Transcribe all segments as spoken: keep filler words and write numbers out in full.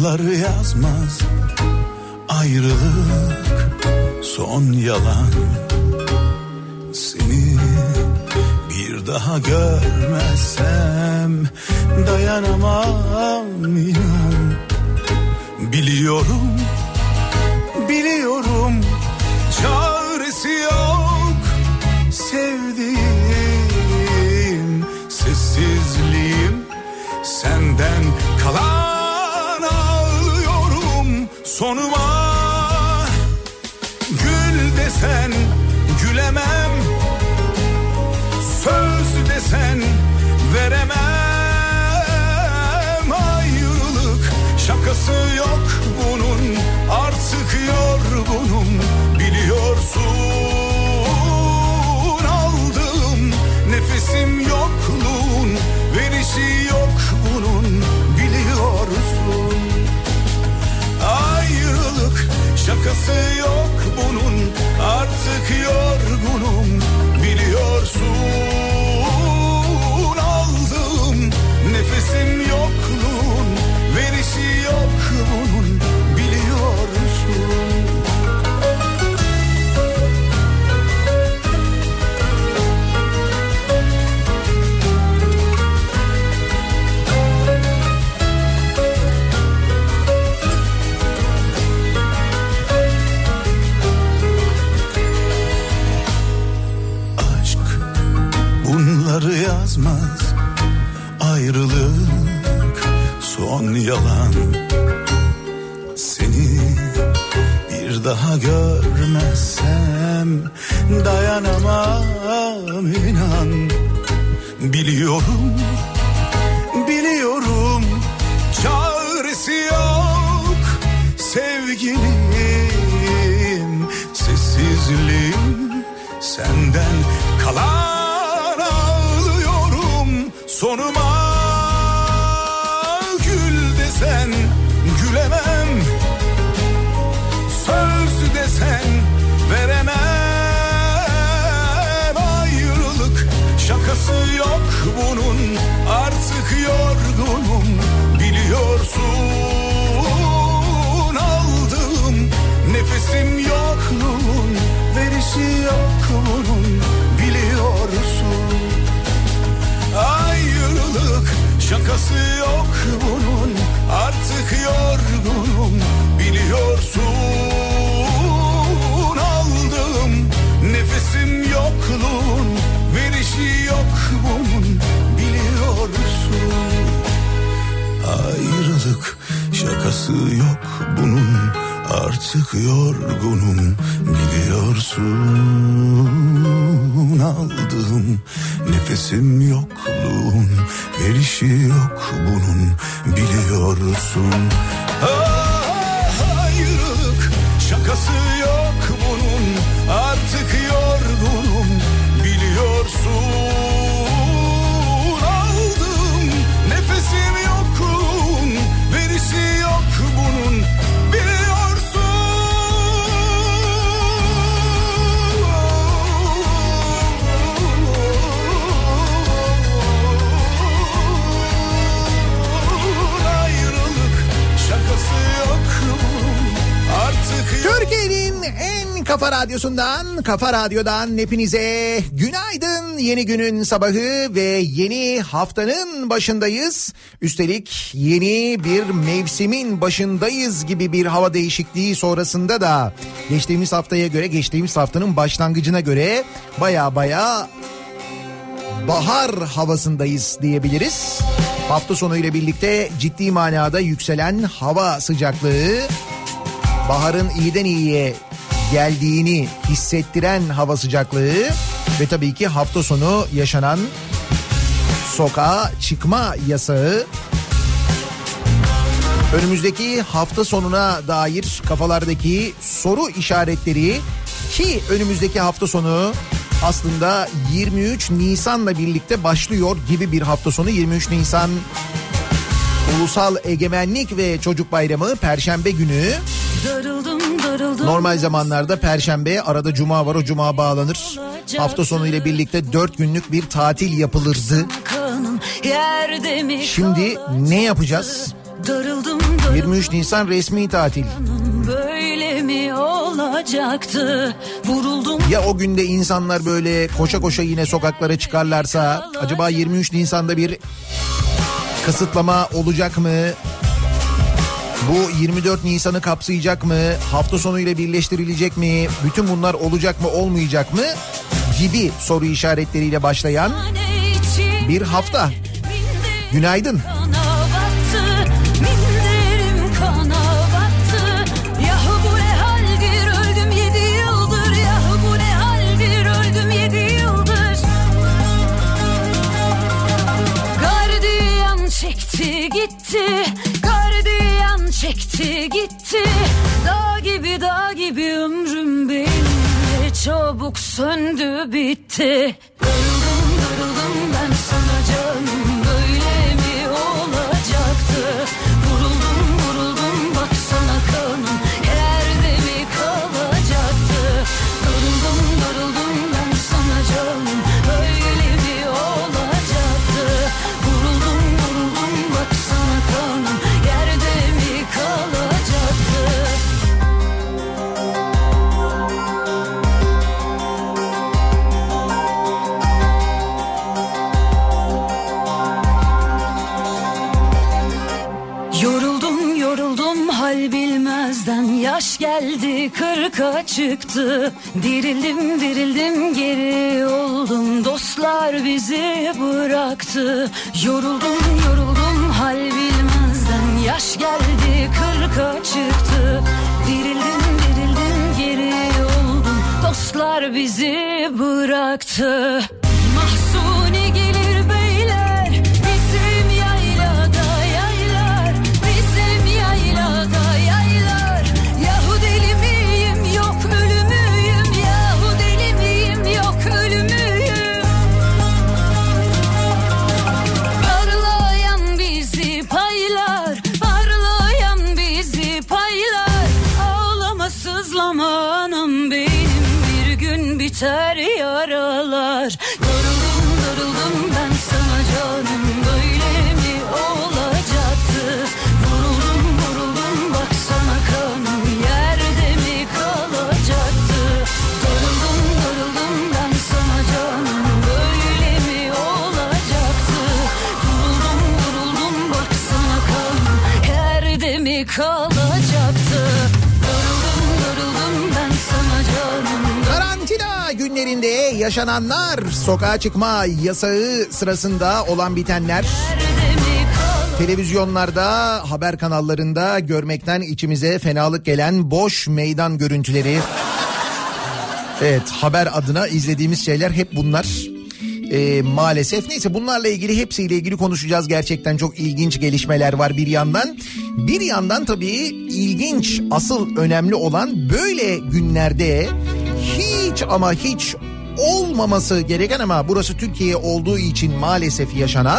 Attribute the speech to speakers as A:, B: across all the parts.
A: bunları yazmaz. Ayrılık son yalan. Seni bir daha görmezsem dayanamam inan. Biliyorum, biliyorum çaresi yok sevdiğim. Sessizliğim senden kalan ağlıyorum sonuma. Gül desen gülemem, söz desen veremem. Ayrılık şakası yok bunun, artık yorgunum biliyorsun. Aldığım nefesim yokluğun, verişi yok bunun biliyorsun. Ayrılık şakası yok bunun, artık yorgunum biliyorsun. Aldığım nefesim yokluğun, verişi yok bunun biliyorsun. Bunları yazmaz. Ayrılık son yalan. Seni bir daha görmezsem dayanamam inan. Biliyorum, biliyorum çaresi yok sevgilim. Sessizliğim senden kalan sonuma. Gül desen gülemem, söz desen veremem. Ayrılık şakası yok bunun, artık yorgunum biliyorsun. Aldığım nefesim yokluğun, verişi yok bunun biliyorsun. Ayrılık şakası yok bunun, artık yorgunum biliyorsun. Aldığım nefesim yokluğun, verişi yok bunun biliyorsun. Ayrılık şakası yok bunun, artık yorgunum biliyorsun. Aldığım nefesim yokluğun, verişi yok bunun biliyorsun. Ah, ayrılık şakası yok bunun, artık yorgunum biliyorsun. Aldığım nefesim yokluğun, verişi yok bunun biliyorsun.
B: Türkiye'nin en kafa radyosundan, Kafa Radyo'dan hepinize günaydın. Yeni günün sabahı ve yeni haftanın başındayız. Üstelik yeni bir mevsimin başındayız gibi bir hava değişikliği sonrasında da geçtiğimiz haftaya göre, geçtiğimiz haftanın başlangıcına göre baya baya bahar havasındayız diyebiliriz. Hafta sonu ile birlikte ciddi manada yükselen hava sıcaklığı, baharın iyiden iyiye geldiğini hissettiren hava sıcaklığı ve tabii ki hafta sonu yaşanan sokağa çıkma yasağı. Önümüzdeki hafta sonuna dair kafalardaki soru işaretleri, ki önümüzdeki hafta sonu aslında yirmi üç Nisan'la birlikte başlıyor gibi bir hafta sonu. yirmi üç Nisan Ulusal Egemenlik ve Çocuk Bayramı Perşembe günü. Darıldım, darıldım. Normal zamanlarda Perşembe, arada Cuma var, o Cuma bağlanır. Hafta sonu ile birlikte dört günlük bir tatil yapılırdı. Şimdi ne yapacağız?
C: Darıldım, darıldım.
B: yirmi üç Nisan resmi tatil.
C: Böyle mi olacaktı? Vuruldum.
B: Ya o günde insanlar böyle koşa koşa yine sokaklara çıkarlarsa, acaba yirmi üç Nisan'da bir kısıtlama olacak mı? Bu yirmi dört Nisan'ı kapsayacak mı? Hafta sonuyla birleştirilecek mi? Bütün bunlar olacak mı, olmayacak mı? Gibi soru işaretleriyle başlayan bir hafta. Günaydın.
C: Çekti gitti, gardiyan çekti gitti. Dağ gibi dağ gibi ömrüm benim çabuk söndü bitti. Darıldım darıldım ben sana canım, böyle mi olacaktı? Vuruldum vuruldum baksana kanım, yerde mi kalacaktı? Darıldım darıldım ben sana canım, böyle mi olacaktı? Vuruldum vuruldum baksana kanım, yerde mi kalacaktı? Yoruldum yoruldum hal bilmezden, yaş geldi kırka çıktı. Dirildim dirildim geri oldum, dostlar bizi bıraktı. Yoruldum yoruldum hal bilmezden, yaş geldi kırka çıktı. Dirildim dirildim geri oldum, dostlar bizi bıraktı. Mahsuni gelir beyler bizim yaylada yaylar, bizim yaylada yaylar. Yahu deli miyim yok ölü müyüm, yahu deli miyim yok ölü müyüm? Parlayan bizi paylar, parlayan bizi paylar. Ağlama sızlama anam benim, bir gün biter yaralar. Darıldım darıldım ben sana canım, böyle mi olacaktı? Vuruldum vuruldum baksana kanım, yerde mi kalacaktı? Darıldım darıldım ben sana canım, böyle mi olacaktı? Vuruldum vuruldum baksana kanım, yerde mi kalacaktı? Darıldım darıldım ben sana canım.
B: Karantina günlerinde yaşananlar, sokağa çıkma yasağı sırasında olan bitenler, televizyonlarda, haber kanallarında görmekten içimize fenalık gelen boş meydan görüntüleri. Evet, haber adına izlediğimiz şeyler hep bunlar. Ee, maalesef. Neyse, bunlarla ilgili, hepsiyle ilgili konuşacağız. Gerçekten çok ilginç gelişmeler var bir yandan. Bir yandan tabii ilginç, asıl önemli olan böyle günlerde hiç ama hiç olmaması gereken ama burası Türkiye olduğu için maalesef yaşanan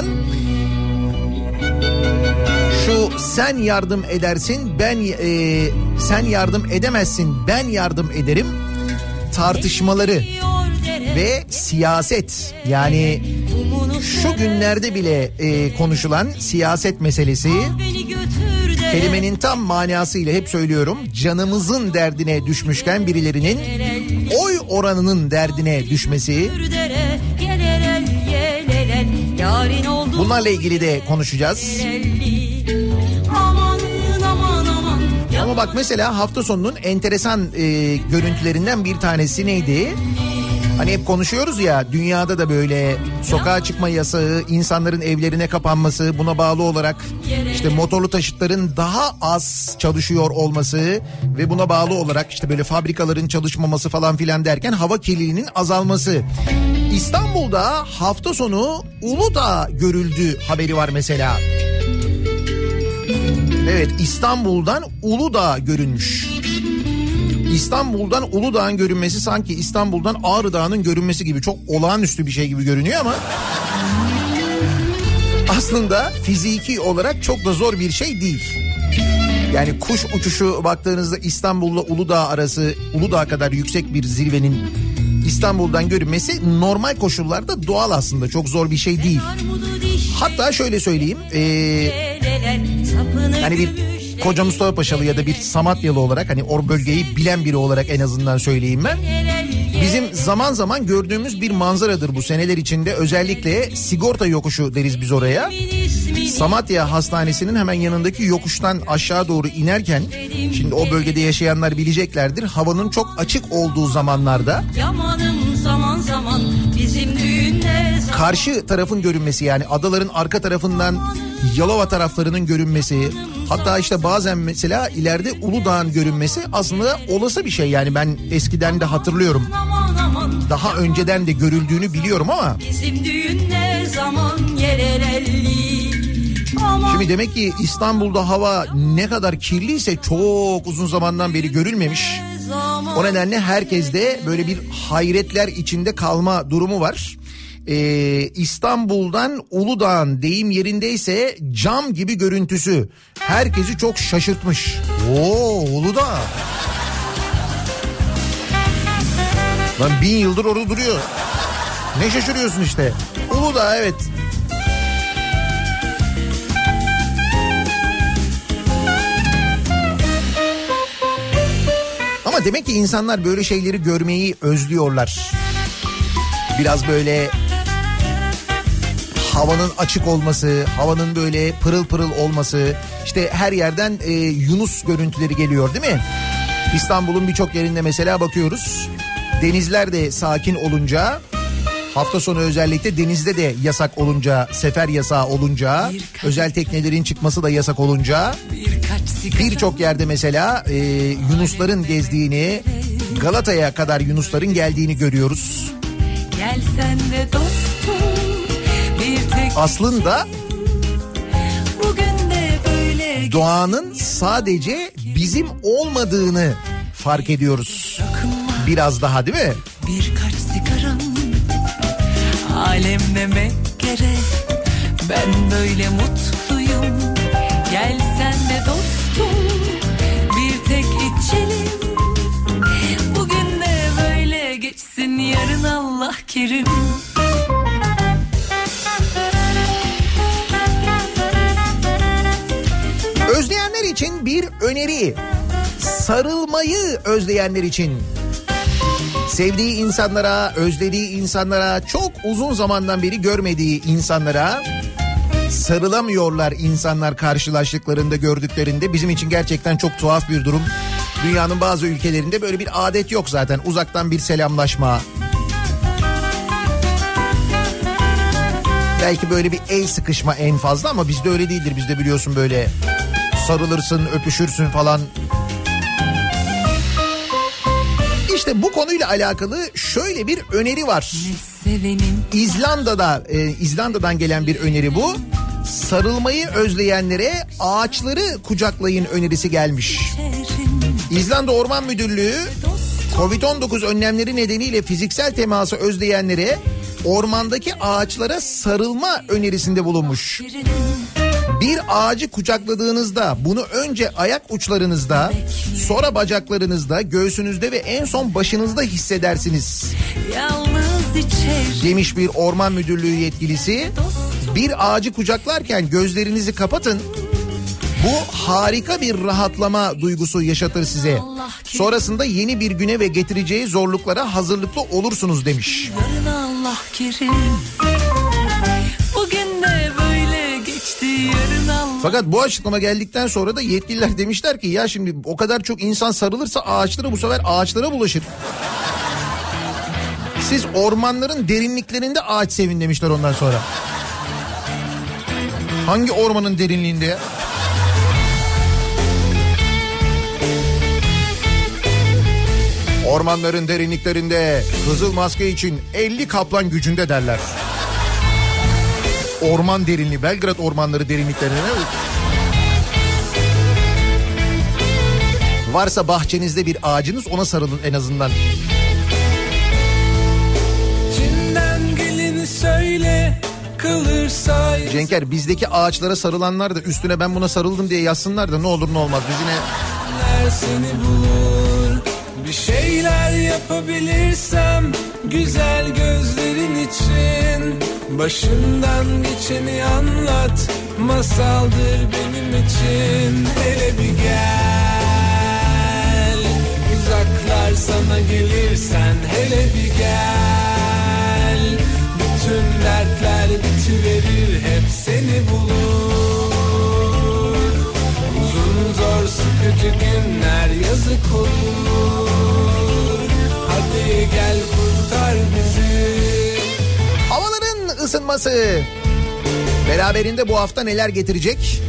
B: şu sen yardım edersin ben e, sen yardım edemezsin ben yardım ederim tartışmaları ve siyaset, yani şu günlerde bile e, konuşulan siyaset meselesi, kelimenin tam manasıyla hep söylüyorum, canımızın derdine düşmüşken birilerinin oy oranının derdine düşmesi. Bunlarla ilgili de konuşacağız. Ama bak mesela hafta sonunun enteresan e, görüntülerinden bir tanesi neydi? Hani hep konuşuyoruz ya, dünyada da böyle sokağa çıkma yasağı, insanların evlerine kapanması, buna bağlı olarak işte motorlu taşıtların daha az çalışıyor olması ve buna bağlı olarak işte böyle fabrikaların çalışmaması falan filan derken hava kirliliğinin azalması. İstanbul'da hafta sonu Uludağ görüldü haberi var mesela. Evet, İstanbul'dan Uludağ görünmüş. İstanbul'dan Uludağ'ın görünmesi sanki İstanbul'dan Ağrı Dağı'nın görünmesi gibi, çok olağanüstü bir şey gibi görünüyor ama aslında fiziki olarak çok da zor bir şey değil. Yani kuş uçuşu baktığınızda İstanbul'la Uludağ arası, Uludağ kadar yüksek bir zirvenin İstanbul'dan görünmesi normal koşullarda doğal, aslında çok zor bir şey değil. Hatta şöyle söyleyeyim, ee, Hani bir Koca Mustafa Paşalı ya da bir Samatyalı olarak, hani o bölgeyi bilen biri olarak en azından söyleyeyim ben. Bizim zaman zaman gördüğümüz bir manzaradır bu seneler içinde. Özellikle sigorta yokuşu deriz biz oraya. Samatya Hastanesi'nin hemen yanındaki yokuştan aşağı doğru inerken, şimdi o bölgede yaşayanlar bileceklerdir, havanın çok açık olduğu zamanlarda zaman zaman bizim düğünde karşı tarafın görünmesi, yani adaların arka tarafından Yalova taraflarının görünmesi, hatta işte bazen mesela ileride Uludağ'ın görünmesi aslında olası bir şey. Yani ben eskiden de hatırlıyorum, daha önceden de görüldüğünü biliyorum ama bizim düğünde zaman şimdi demek ki İstanbul'da hava ne kadar kirliyse çok uzun zamandan beri görülmemiş. O nedenle herkeste böyle bir hayretler içinde kalma durumu var. Ee, İstanbul'dan Uludağ'ın deyim yerindeyse cam gibi görüntüsü herkesi çok şaşırtmış. Oo, Uludağ. Lan bin yıldır orada duruyor. Ne şaşırıyorsun işte. Uludağ, evet. Ama demek ki insanlar böyle şeyleri görmeyi özlüyorlar. Biraz böyle havanın açık olması, havanın böyle pırıl pırıl olması, işte her yerden e, Yunus görüntüleri geliyor değil mi? İstanbul'un birçok yerinde mesela bakıyoruz. Denizler de sakin olunca, hafta sonu özellikle denizde de yasak olunca, sefer yasağı olunca, özel teknelerin çıkması da yasak olunca birçok yerde mesela e, Yunusların gezdiğini, Galata'ya kadar Yunusların geldiğini görüyoruz. Gelsen de dostum, bir tek aslında doğanın sadece bizim olmadığını fark ediyoruz. Biraz daha, değil mi? Birkaç sigaram, alem demek gerek, ben böyle mutluyum. Gelsen de dostum, bir tek içelim, bugün de böyle geçsin, yarın Allah kerim. Özleyenler için bir öneri. Sarılmayı özleyenler için. Sevdiği insanlara, özlediği insanlara, çok uzun zamandan beri görmediği insanlara sarılamıyorlar insanlar karşılaştıklarında, gördüklerinde. Bizim için gerçekten çok tuhaf bir durum. Dünyanın bazı ülkelerinde böyle bir adet yok zaten. Uzaktan bir selamlaşma. Belki böyle bir el sıkışma en fazla, ama bizde öyle değildir. Bizde biliyorsun böyle sarılırsın, öpüşürsün falan. İşte bu konuyla alakalı şöyle bir öneri var. İzlanda'da, e, İzlanda'dan gelen bir öneri bu. Sarılmayı özleyenlere ağaçları kucaklayın önerisi gelmiş. İzlanda Orman Müdürlüğü kovid on dokuz önlemleri nedeniyle fiziksel teması özleyenlere ormandaki ağaçlara sarılma önerisinde bulunmuş. Bir ağacı kucakladığınızda bunu önce ayak uçlarınızda, sonra bacaklarınızda, göğsünüzde ve en son başınızda hissedersiniz demiş bir orman müdürlüğü yetkilisi. Bir ağacı kucaklarken gözlerinizi kapatın. Bu harika bir rahatlama duygusu yaşatır size. Sonrasında yeni bir güne ve getireceği zorluklara hazırlıklı olursunuz demiş. Allah kerim. Bugün de böyle geçti, yarın Allah. Fakat bu açıklama geldikten sonra da yetkililer demişler ki ya şimdi o kadar çok insan sarılırsa ağaçlara, bu sefer ağaçlara bulaşır. Siz ormanların derinliklerinde ağaç sevin demişler ondan sonra. Hangi ormanın derinliğinde ya? Ormanların derinliklerinde kızıl maske için elli kaplan gücünde derler. Orman derinliği, Belgrad ormanları derinliklerine. Varsa bahçenizde bir ağacınız, ona sarılın en azından. Cinden gelini söyle kalırsa. Cenker, bizdeki ağaçlara sarılanlar da üstüne ben buna sarıldım diye yazsınlar da ne olur ne olmaz. Biz yine... Seni bulur,
D: Bir şeyler yapabilirsem güzel gözlerin için, başından geçeni anlat, masaldır benim için. Hele bir gel, uzaklar sana gelirsen hele bir gel. Bütün dertler bitiverir, hep seni bulur. Uzun zor sıkıcı günler yazık olur. Hadi gel kurtar bizi.
B: Havaların ısınması beraberinde bu hafta neler getirecek?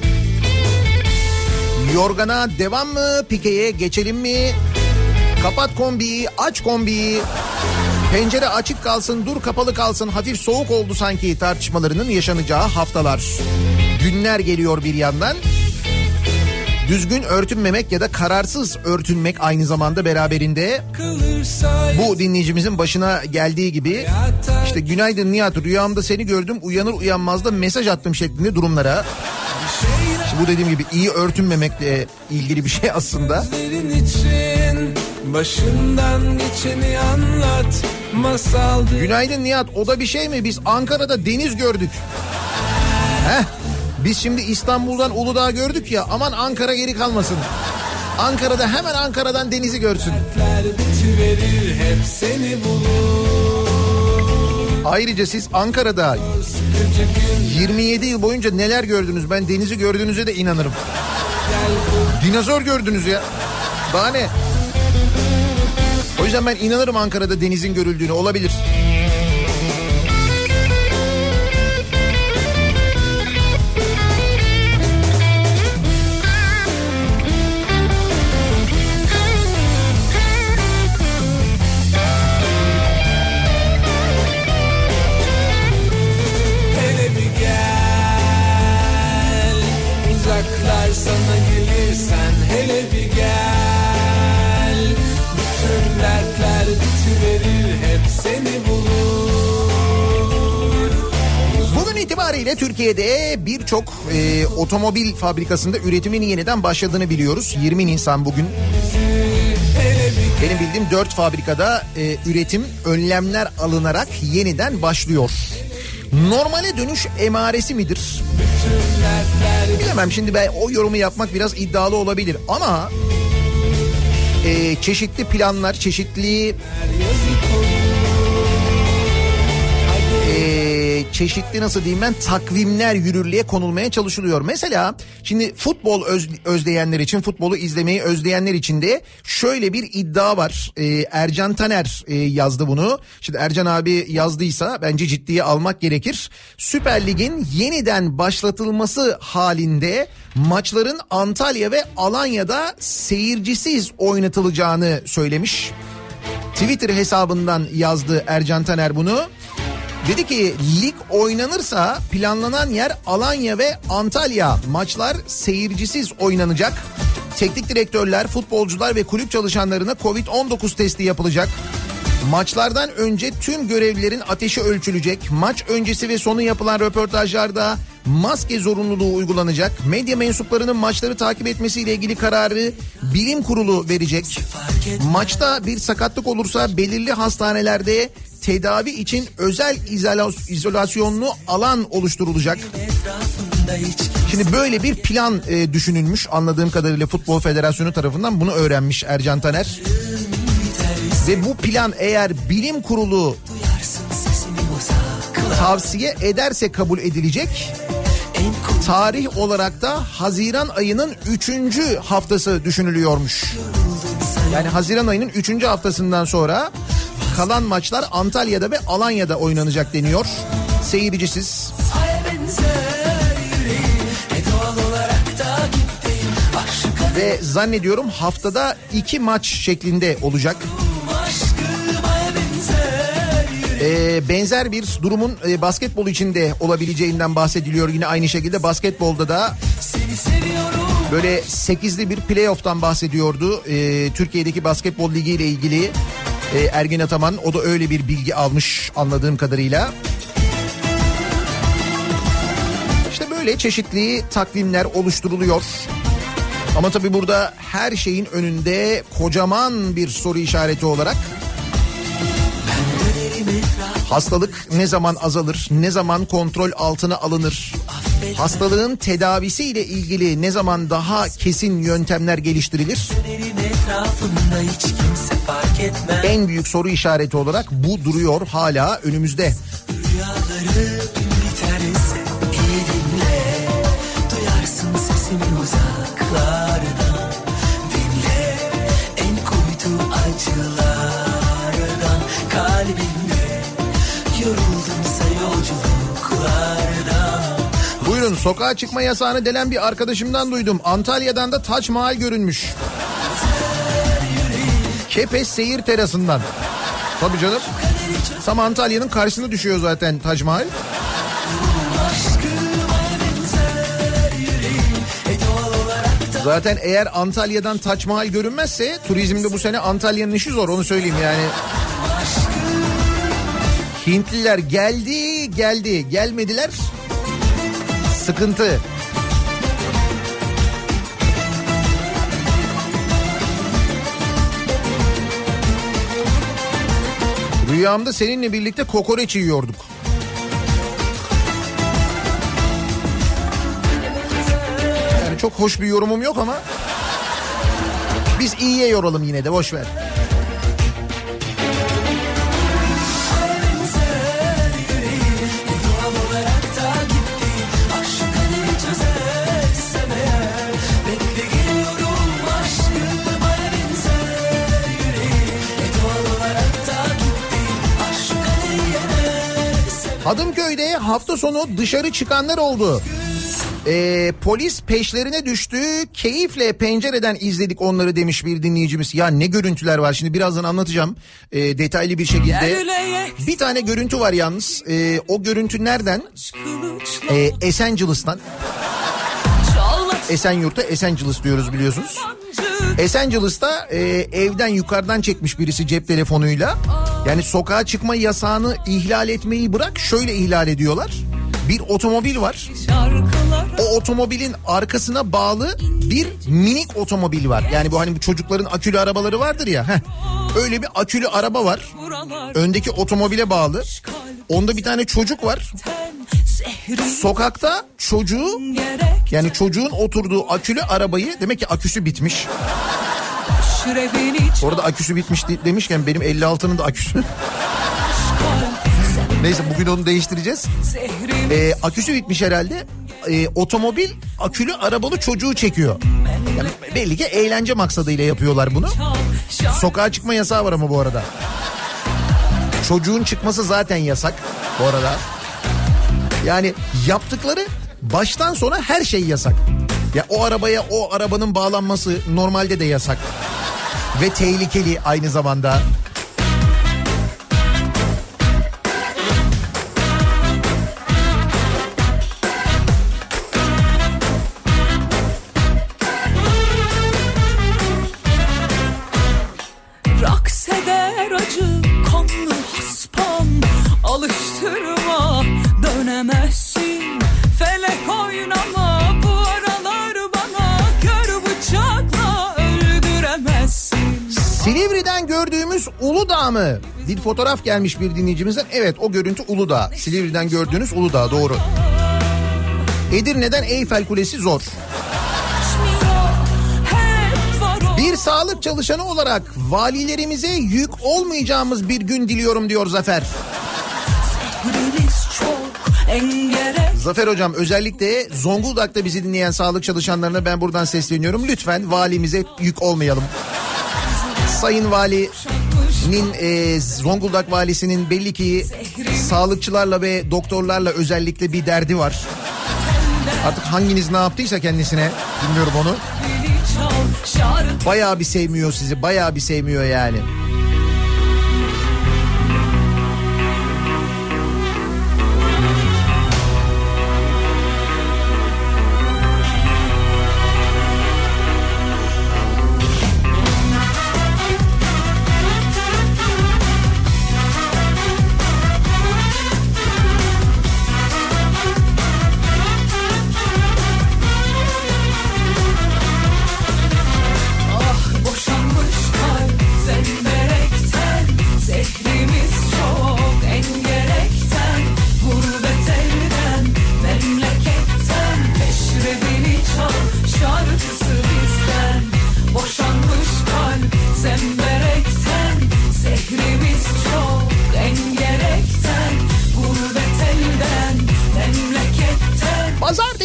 B: Yorgana devam mı? Pikeye geçelim mi? Kapat kombiyi, aç kombiyi. Pencere açık kalsın, dur kapalı kalsın. Hafif soğuk oldu sanki tartışmalarının yaşanacağı haftalar. Günler geliyor bir yandan. Düzgün örtünmemek ya da kararsız örtünmek aynı zamanda beraberinde. Bu dinleyicimizin başına geldiği gibi işte günaydın Nihat, rüyamda seni gördüm, uyanır uyanmaz da mesaj attım şeklinde durumlara. İşte bu dediğim gibi iyi örtünmemekle ilgili bir şey aslında.
D: Başından geçeni anlat, masaldır.
B: Günaydın Nihat, o da bir şey mi? Biz Ankara'da deniz gördük. Heh. Biz şimdi İstanbul'dan Uludağ gördük ya, aman Ankara geri kalmasın. Ankara'da hemen Ankara'dan denizi görsün.
D: Bitiverir, hep seni bulur.
B: Ayrıca siz Ankara'da yirmi yedi yıl boyunca neler gördünüz? Ben denizi gördüğünüze de inanırım. Dinozor gördünüz ya. Daha ne? O yüzden ben inanırım Ankara'da denizin görüldüğünü, olabilir.
D: Sana gelirsen hele bir gel. Bütün dertler bitiverir, hep seni bulur.
B: Bugün itibariyle Türkiye'de birçok e, otomobil fabrikasında üretimin yeniden başladığını biliyoruz. yirmi Nisan bugün. Benim bildiğim dört fabrikada e, üretim önlemler alınarak yeniden başlıyor. Normale dönüş emaresi midir? Bilemem, şimdi ben o yorumu yapmak biraz iddialı olabilir ama e, çeşitli planlar, çeşitli e, çeşitli nasıl diyeyim ben takvimler yürürlüğe konulmaya çalışılıyor. Mesela şimdi futbol öz, özleyenler için, futbolu izlemeyi özleyenler için de şöyle bir iddia var. E, Ercan Taner e, yazdı bunu. Şimdi Ercan abi yazdıysa bence ciddiye almak gerekir. Süper Lig'in yeniden başlatılması halinde maçların Antalya ve Alanya'da seyircisiz oynatılacağını söylemiş. Twitter hesabından yazdı Ercan Taner bunu. Dedi ki lig oynanırsa planlanan yer Alanya ve Antalya. Maçlar seyircisiz oynanacak. Teknik direktörler, futbolcular ve kulüp çalışanlarına kovid on dokuz testi yapılacak. Maçlardan önce tüm görevlilerin ateşi ölçülecek. Maç öncesi ve sonu yapılan röportajlarda maske zorunluluğu uygulanacak. Medya mensuplarının maçları takip etmesiyle ilgili kararı bilim kurulu verecek. Maçta bir sakatlık olursa belirli hastanelerde tedavi için özel izolasyonlu alan oluşturulacak. Şimdi böyle bir plan e, düşünülmüş anladığım kadarıyla Futbol Federasyonu tarafından, bunu öğrenmiş Ercan Taner. Ve bu plan eğer bilim kurulu tavsiye ederse kabul edilecek. Tarih olarak da Haziran ayının üçüncü haftası düşünülüyormuş. Yani Haziran ayının üçüncü haftasından sonra kalan maçlar Antalya'da ve Alanya'da oynanacak deniyor. Seyircisiz. Ve zannediyorum haftada iki maç şeklinde olacak. Ee, benzer bir durumun e, basketbol için de olabileceğinden bahsediliyor. Yine aynı şekilde basketbolda da böyle sekizli bir playoff'tan bahsediyordu. Ee, Türkiye'deki basketbol ligi ile ilgili e, Ergin Ataman, o da öyle bir bilgi almış anladığım kadarıyla. İşte böyle çeşitli takvimler oluşturuluyor. Ama tabii burada her şeyin önünde kocaman bir soru işareti olarak hastalık ne zaman azalır, ne zaman kontrol altına alınır, hastalığın tedavisiyle ilgili ne zaman daha kesin yöntemler geliştirilir? En büyük soru işareti olarak bu duruyor hala önümüzde. Rüyaları biterse iyi dinle, duyarsın sesimi uzaklardan, dinle en kuytu acılardan, kalbimde yoruldumsa yolculuklardan. Buyurun, sokağa çıkma yasağını delen bir arkadaşımdan duydum. Antalya'dan da Taç Mahal görünmüş. Kepez seyir terasından. Tabii canım. Tam Antalya'nın karşısına düşüyor zaten Taç Mahal. Zaten eğer Antalya'dan Taç Mahal görünmezse turizmde bu sene Antalya'nın işi zor, onu söyleyeyim yani. Hintliler geldi geldi gelmediler. Sıkıntı. Rüyamda seninle birlikte kokoreç yiyorduk. Yani çok hoş bir yorumum yok ama biz iyiye yoralım yine de, boş ver. Hadımköy'de hafta sonu dışarı çıkanlar oldu. Ee, polis peşlerine düştü. Keyifle pencereden izledik onları demiş bir dinleyicimiz. Ya ne görüntüler var, şimdi birazdan anlatacağım e, detaylı bir şekilde. Bir tane görüntü var yalnız. E, o görüntü nereden? E, Esencilis'tan. Esenyurt'a Esencilis diyoruz biliyorsunuz. Esencilis'ta e, evden yukarıdan çekmiş birisi cep telefonuyla. Yani sokağa çıkma yasağını ihlal etmeyi bırak, şöyle ihlal ediyorlar. Bir otomobil var. O otomobilin arkasına bağlı bir minik otomobil var. Yani bu hani bu çocukların akülü arabaları vardır ya. Heh. Öyle bir akülü araba var. Öndeki otomobile bağlı. Onda bir tane çocuk var. Sokakta çocuğu, yani çocuğun oturduğu akülü arabayı, demek ki aküsü bitmiş. Orada aküsü bitmiş demişken benim elli altının da aküsü. Neyse, bugün onu değiştireceğiz. Ee, aküsü bitmiş herhalde. Ee, otomobil akülü arabalı çocuğu çekiyor. Yani belli ki eğlence maksadıyla yapıyorlar bunu. Sokağa çıkma yasağı var ama bu arada. Çocuğun çıkması zaten yasak bu arada. Yani yaptıkları baştan sona her şey yasak. Ya o arabaya o arabanın bağlanması normalde de yasak. Ve tehlikeli aynı zamanda.
C: Rakseder acı kanlı haspam, alıştırma dönemezsin. Felek oynama bu aralar bana, kör bıçakla öldüremezsin.
B: Silivri'den gördüğümüz Uludağ mı? Bir fotoğraf gelmiş bir dinleyicimizden. Evet, o görüntü Uludağ. Silivri'den gördüğünüz Uludağ, doğru. Edirne'den Eyfel Kulesi zor. Bir sağlık çalışanı olarak valilerimize yük olmayacağımız bir gün diliyorum diyor Zafer. Zafer hocam, özellikle Zonguldak'ta bizi dinleyen sağlık çalışanlarına ben buradan sesleniyorum. Lütfen valimize yük olmayalım. Sayın Vali'nin, e, Zonguldak Valisi'nin belli ki sağlıkçılarla ve doktorlarla özellikle bir derdi var. Artık hanginiz ne yaptıysa kendisine, bilmiyorum onu. Bayağı bir sevmiyor sizi, bayağı bir sevmiyor yani.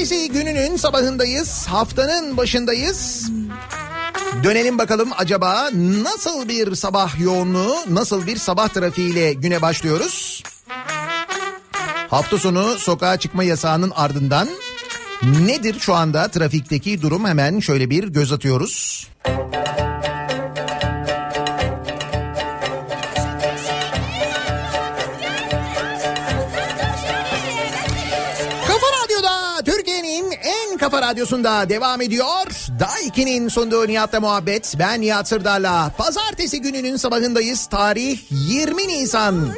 B: Pazartesi gününün sabahındayız. Haftanın başındayız. Dönelim bakalım acaba nasıl bir sabah yoğunluğu, nasıl bir sabah trafiğiyle güne başlıyoruz? Hafta sonu sokağa çıkma yasağının ardından nedir şu anda trafikteki durum? Hemen şöyle bir göz atıyoruz. Kafa Radyosu'nda devam ediyor. Daiki'nin sunduğu Nihat'la muhabbet. Ben Nihat Sırdar'la. Pazartesi gününün sabahındayız. Tarih yirmi Nisan.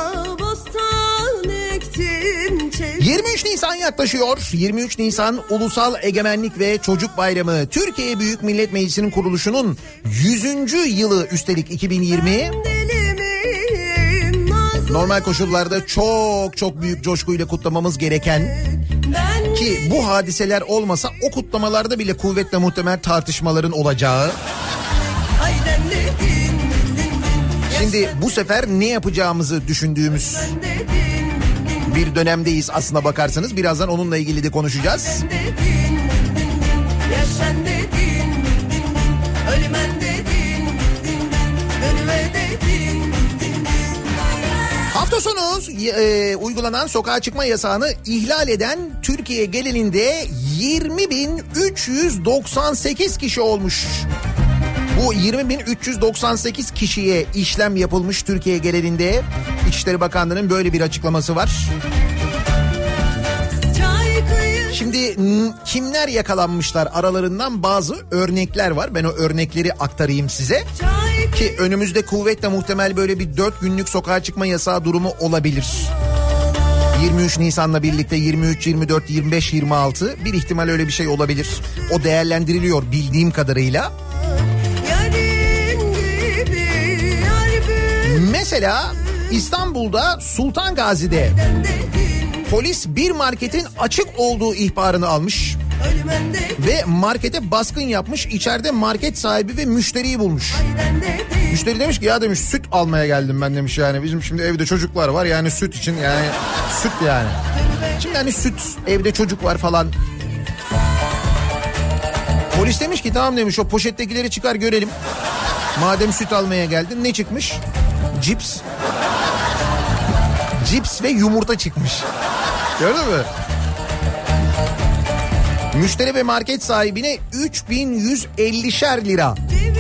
B: yirmi üç Nisan yaklaşıyor. yirmi üç Nisan Ulusal Egemenlik ve Çocuk Bayramı. Türkiye Büyük Millet Meclisi'nin kuruluşunun yüzüncü yılı üstelik iki bin yirmi. Normal koşullarda çok çok büyük coşkuyla kutlamamız gereken, ki bu hadiseler olmasa o kutlamalarda bile kuvvetle muhtemel tartışmaların olacağı. Şimdi bu sefer ne yapacağımızı düşündüğümüz bir dönemdeyiz aslına bakarsanız. Birazdan onunla ilgili de konuşacağız. Hafta sonu e, uygulanan sokağa çıkma yasağını ihlal eden Türkiye genelinde yirmi bin üç yüz doksan sekiz kişi olmuş. Bu yirmi bin üç yüz doksan sekiz kişiye işlem yapılmış Türkiye genelinde. İçişleri Bakanlığı'nın böyle bir açıklaması var. Şimdi kimler yakalanmışlar, aralarından bazı örnekler var. Ben o örnekleri aktarayım size. Ki önümüzde kuvvetle muhtemel böyle bir dört günlük sokağa çıkma yasağı durumu olabilir. yirmi üç Nisan'la birlikte yirmi üç, yirmi dört, yirmi beş, yirmi altı bir ihtimal öyle bir şey olabilir. O değerlendiriliyor bildiğim kadarıyla. Mesela İstanbul'da Sultan Gazi'de polis bir marketin açık olduğu ihbarını almış ve markete baskın yapmış. İçeride market sahibi ve müşteriyi bulmuş. Müşteri demiş ki ya demiş süt almaya geldim ben demiş, yani bizim şimdi evde çocuklar var, yani süt için, yani süt yani. Şimdi hani süt, evde çocuk var falan. Polis demiş ki tamam demiş, o poşettekileri çıkar görelim. Madem süt almaya geldin, ne çıkmış? Cips. Cips ve yumurta çıkmış. Gördün mü? Müşteri ve market sahibine üç bin yüz ellişer lira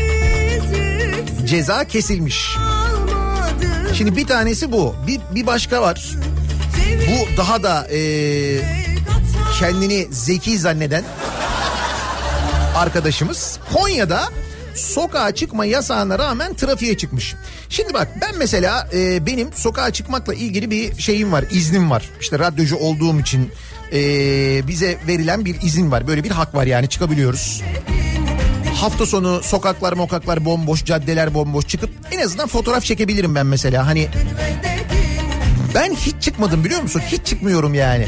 B: ceza kesilmiş. Şimdi bir tanesi bu. Bir, bir başka var. Bu daha da e, kendini zeki zanneden arkadaşımız Konya'da sokağa çıkma yasağına rağmen trafiğe çıkmış. Şimdi bak ben mesela e, benim sokağa çıkmakla ilgili bir şeyim var, iznim var. İşte radyocu olduğum için e, bize verilen bir izin var. Böyle bir hak var, yani çıkabiliyoruz. Hafta sonu sokaklar mokaklar bomboş, caddeler bomboş, çıkıp en azından fotoğraf çekebilirim ben mesela. Hani ben hiç çıkmadım biliyor musun? Hiç çıkmıyorum yani.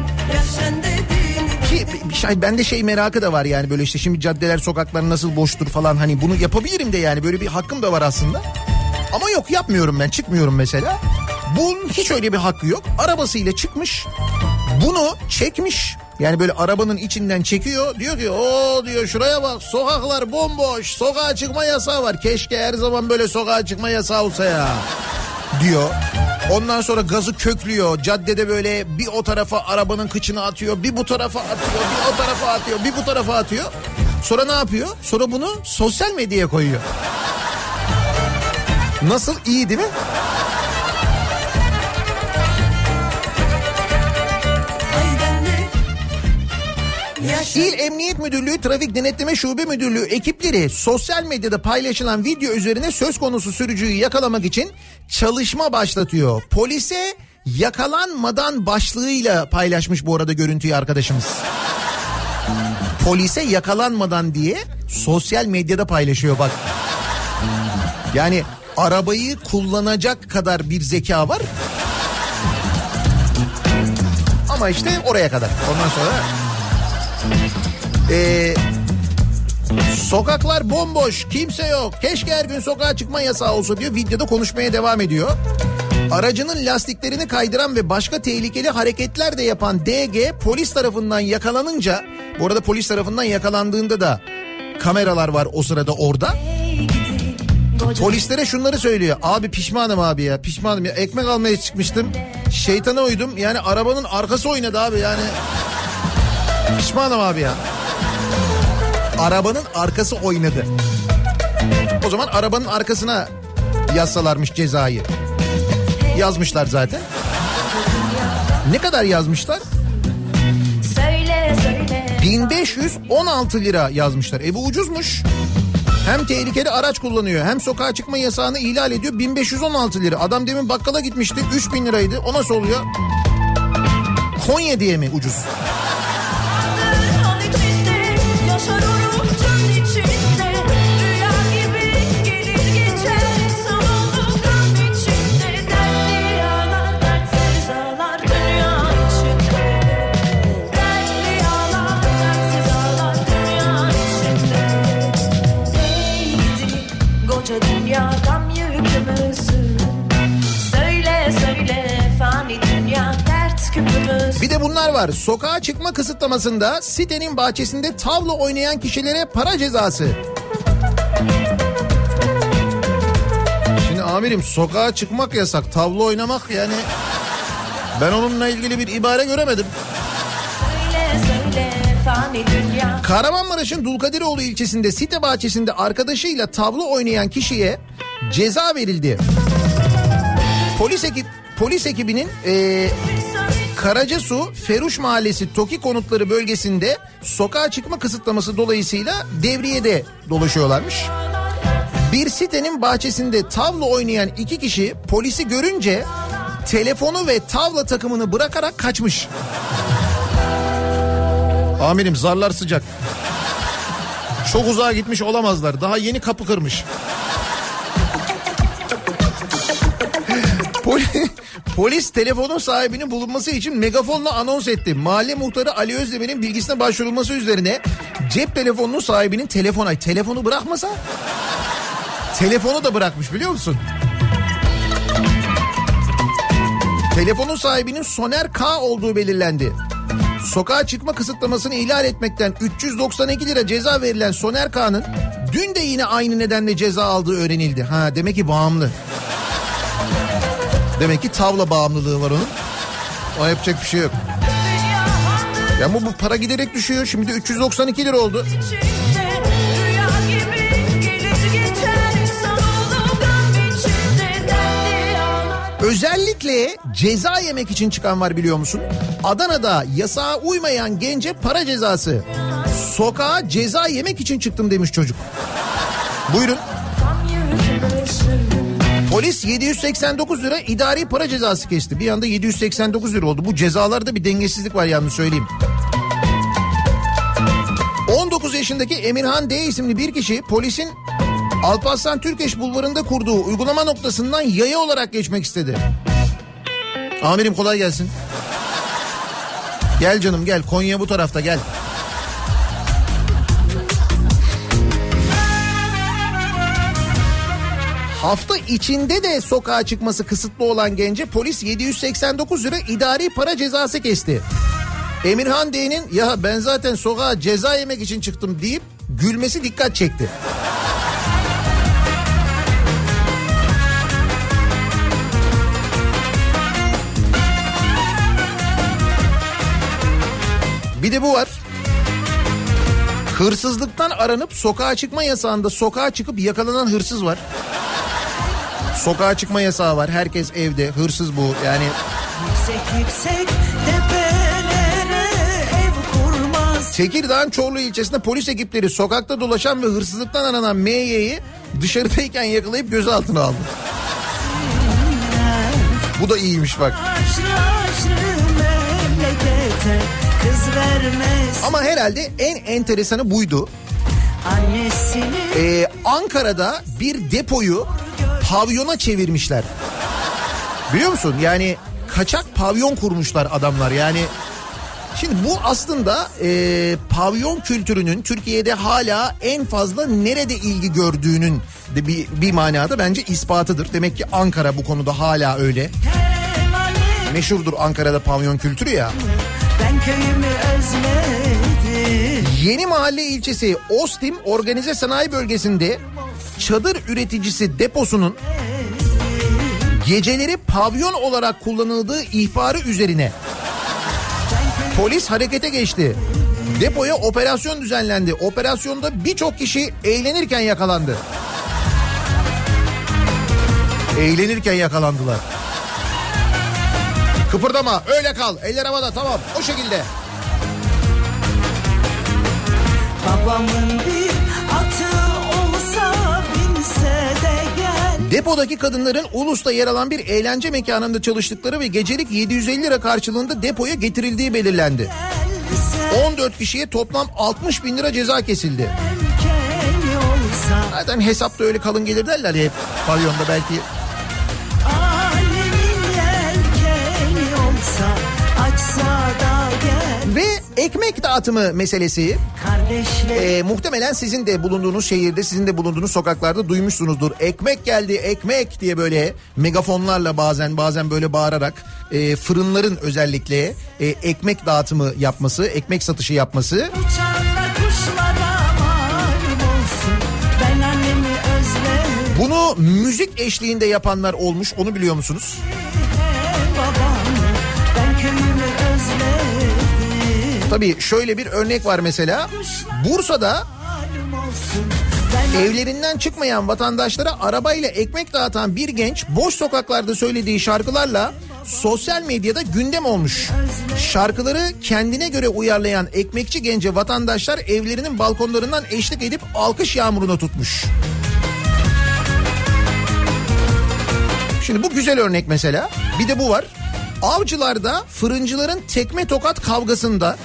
B: Ki şey, bende şey merakı da var yani, böyle işte şimdi caddeler sokaklar nasıl boştur falan, hani bunu yapabilirim de, yani böyle bir hakkım da var aslında. Ama yok, yapmıyorum ben, çıkmıyorum mesela. Bunun hiç öyle bir hakkı yok. Arabasıyla çıkmış, bunu çekmiş. Yani böyle arabanın içinden çekiyor, diyor ki o diyor şuraya bak, sokaklar bomboş, sokağa çıkma yasağı var. Keşke her zaman böyle sokağa çıkma yasağı olsa ya diyor. Ondan sonra gazı köklüyor. Caddede böyle bir o tarafa arabanın kıçını atıyor, bir bu tarafa atıyor, bir o tarafa atıyor, bir bu tarafa atıyor. Sonra ne yapıyor? Sonra bunu sosyal medyaya koyuyor. Nasıl, iyi değil mi? İl Emniyet Müdürlüğü Trafik Denetleme Şube Müdürlüğü ekipleri sosyal medyada paylaşılan video üzerine söz konusu sürücüyü yakalamak için çalışma başlatıyor. Polise yakalanmadan başlığıyla paylaşmış bu arada görüntüyü arkadaşımız. Polise yakalanmadan diye sosyal medyada paylaşıyor bak. Yani arabayı kullanacak kadar bir zeka var. Ama işte oraya kadar. Ondan sonra... Ee, sokaklar bomboş, kimse yok, keşke her gün sokağa çıkma yasağı olsa diyor, videoda konuşmaya devam ediyor. Aracının lastiklerini kaydıran ve başka tehlikeli hareketler de yapan D G polis tarafından yakalanınca, bu arada polis tarafından yakalandığında da kameralar var o sırada orada. Polislere şunları söylüyor. Abi pişmanım abi ya, pişmanım ya, ekmek almaya çıkmıştım, şeytana uydum, yani arabanın arkası oynadı abi, yani pişmanım abi ya. Arabanın arkası oynadı. O zaman arabanın arkasına yazsalarmış cezayı. Yazmışlar zaten. Ne kadar yazmışlar? Söyle, söyle. bin beş yüz on altı lira yazmışlar. E bu ucuzmuş. Hem tehlikeli araç kullanıyor, hem sokağa çıkma yasağını ihlal ediyor. bin beş yüz on altı lira. Adam demin bakkala gitmişti, üç bin liraydı. O nasıl oluyor? Konya diye mi ucuz? Bir de bunlar var. Sokağa çıkma kısıtlamasında sitenin bahçesinde tavla oynayan kişilere para cezası. Şimdi amirim, sokağa çıkmak yasak, tavla oynamak, yani ben onunla ilgili bir ibare göremedim. Kahramanmaraş'ın Dulkadiroğlu ilçesinde site bahçesinde arkadaşıyla tavla oynayan kişiye ceza verildi. Polis ekip polis ekibinin e, Karacasu Feruş Mahallesi Toki konutları bölgesinde sokağa çıkma kısıtlaması dolayısıyla devriyede dolaşıyorlarmış. Bir sitenin bahçesinde tavla oynayan iki kişi polisi görünce telefonu ve tavla takımını bırakarak kaçmış. Amirim, zarlar sıcak. Çok uzağa gitmiş olamazlar. Daha yeni kapı kırmış. Polis, polis telefonun sahibinin bulunması için megafonla anons etti. Mahalle muhtarı Ali Özdemir'in bilgisine başvurulması üzerine cep telefonunun sahibinin telefon ay telefonu bırakmasa, telefonu da bırakmış, biliyor musun? Telefonun sahibinin Soner K olduğu belirlendi. Sokağa çıkma kısıtlamasını ihlal etmekten üç yüz doksan iki lira ceza verilen Soner K'nın dün de yine aynı nedenle ceza aldığı öğrenildi. Ha, demek ki bağımlı. Demek ki tavla bağımlılığı var onun. O yapacak bir şey yok. Ya bu, bu para giderek düşüyor. Şimdi de üç yüz doksan iki lira oldu. Özellikle ceza yemek için çıkan var, biliyor musun? Adana'da yasağa uymayan gence para cezası. Sokağa ceza yemek için çıktım demiş çocuk. Buyurun. Polis yedi yüz seksen dokuz lira idari para cezası kesti. Bir anda yedi yüz seksen dokuz lira oldu. Bu cezalarda bir dengesizlik var, yalnız söyleyeyim. on dokuz yaşındaki Emirhan D isimli bir kişi polisin Alparslan Türkeş Bulvarı'nda kurduğu uygulama noktasından yaya olarak geçmek istedi. Amirim, kolay gelsin. Gel canım gel, Konya bu tarafta, gel. Hafta içinde de sokağa çıkması kısıtlı olan gence polis yedi yüz seksen dokuz lira idari para cezası kesti. Emirhan D'nin ya ben zaten sokağa ceza yemek için çıktım deyip gülmesi dikkat çekti. Bir de bu var. Hırsızlıktan aranıp sokağa çıkma yasağında sokağa çıkıp yakalanan hırsız var. Sokağa çıkma yasağı var. Herkes evde. Hırsız bu. Yani yüksek yüksek tepelere ev kurmaz. Tekirdağ'ın Çorlu ilçesinde polis ekipleri sokakta dolaşan ve hırsızlıktan aranan M Y'yi dışarıdayken yakalayıp gözaltına aldı. Bu da iyiymiş bak. Ama herhalde en enteresanı buydu. Ee, Ankara'da bir depoyu pavyona çevirmişler. Biliyor musun? Yani kaçak pavyon kurmuşlar adamlar. Yani şimdi bu aslında e, pavyon kültürünün Türkiye'de hala en fazla nerede ilgi gördüğünün de bir, bir manada bence ispatıdır. Demek ki Ankara bu konuda hala öyle. Meşhurdur Ankara'da pavyon kültürü ya.
E: Ben köyümü özledim.
B: Yeni Mahalle ilçesi Ostim Organize Sanayi Bölgesi'nde çadır üreticisi deposunun geceleri pavyon olarak kullanıldığı ihbarı üzerine polis harekete geçti. Depoya operasyon düzenlendi. Operasyonda birçok kişi eğlenirken yakalandı. Eğlenirken yakalandılar. Kıpırdama, öyle kal, eller havada, tamam, o şekilde.
E: Babamın bir atı olsa binse de gel.
B: Depodaki kadınların Ulus'ta yer alan bir eğlence mekanında çalıştıkları ve gecelik yedi yüz elli lira karşılığında depoya getirildiği belirlendi. on dört kişiye toplam altmış bin lira ceza kesildi. Zaten hesapta öyle kalın gelir derler ya hep pavyonda belki. Ve ekmek dağıtımı meselesi e, muhtemelen sizin de bulunduğunuz şehirde, sizin de bulunduğunuz sokaklarda duymuşsunuzdur. Ekmek geldi, ekmek diye böyle megafonlarla bazen bazen böyle bağırarak e, fırınların özellikle e, ekmek dağıtımı yapması, ekmek satışı yapması. Bunu müzik eşliğinde yapanlar olmuş, onu biliyor musunuz? Tabii şöyle bir örnek var mesela. Bursa'da evlerinden çıkmayan vatandaşlara arabayla ekmek dağıtan bir genç boş sokaklarda söylediği şarkılarla sosyal medyada gündem olmuş. Şarkıları kendine göre uyarlayan ekmekçi gence vatandaşlar evlerinin balkonlarından eşlik edip alkış yağmuruna tutmuş. Şimdi bu güzel örnek mesela. Bir de bu var. Avcılar'da fırıncıların tekme tokat kavgasında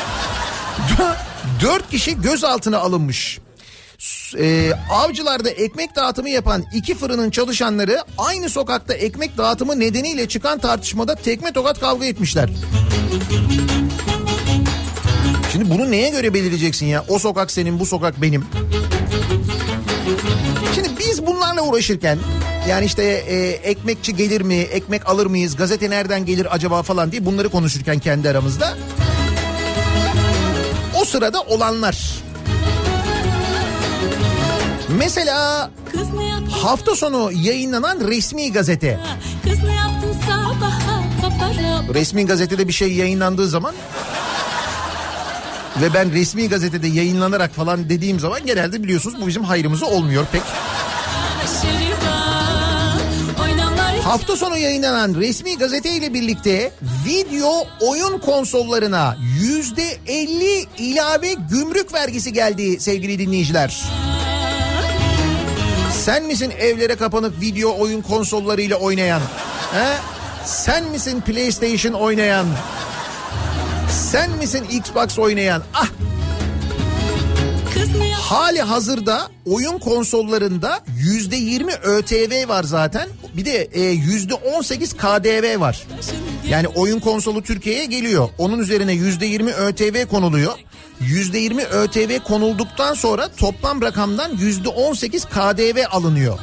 B: dört kişi gözaltına alınmış. Ee, Avcılar'da ekmek dağıtımı yapan iki fırının çalışanları aynı sokakta ekmek dağıtımı nedeniyle çıkan tartışmada tekme tokat kavga etmişler. Şimdi bunu neye göre belirleyeceksin ya? O sokak senin, bu sokak benim. Şimdi biz bunlarla uğraşırken yani işte e, ekmekçi gelir mi, ekmek alır mıyız, gazete nereden gelir acaba falan diye bunları konuşurken kendi aramızda. O sırada olanlar. Mesela hafta sonu yayınlanan resmi gazete. Resmi gazetede bir şey yayınlandığı zaman ve ben resmi gazetede yayınlanarak falan dediğim zaman genelde biliyorsunuz bu bizim hayrımıza olmuyor pek. Hafta sonu yayınlanan resmi gazeteyle birlikte video oyun konsollarına yüzde elli ilave gümrük vergisi geldi sevgili dinleyiciler. Sen misin evlere kapanıp video oyun konsollarıyla oynayan? He? Sen misin PlayStation oynayan? Sen misin Xbox oynayan? Ah! Hali hazırda oyun konsollarında yüzde yirmi ÖTV var zaten. Bir de yüzde on sekiz KDV var. Yani oyun konsolu Türkiye'ye geliyor. Onun üzerine yüzde yirmi ÖTV konuluyor. yüzde yirmi ÖTV konulduktan sonra toplam rakamdan yüzde on sekiz KDV alınıyor.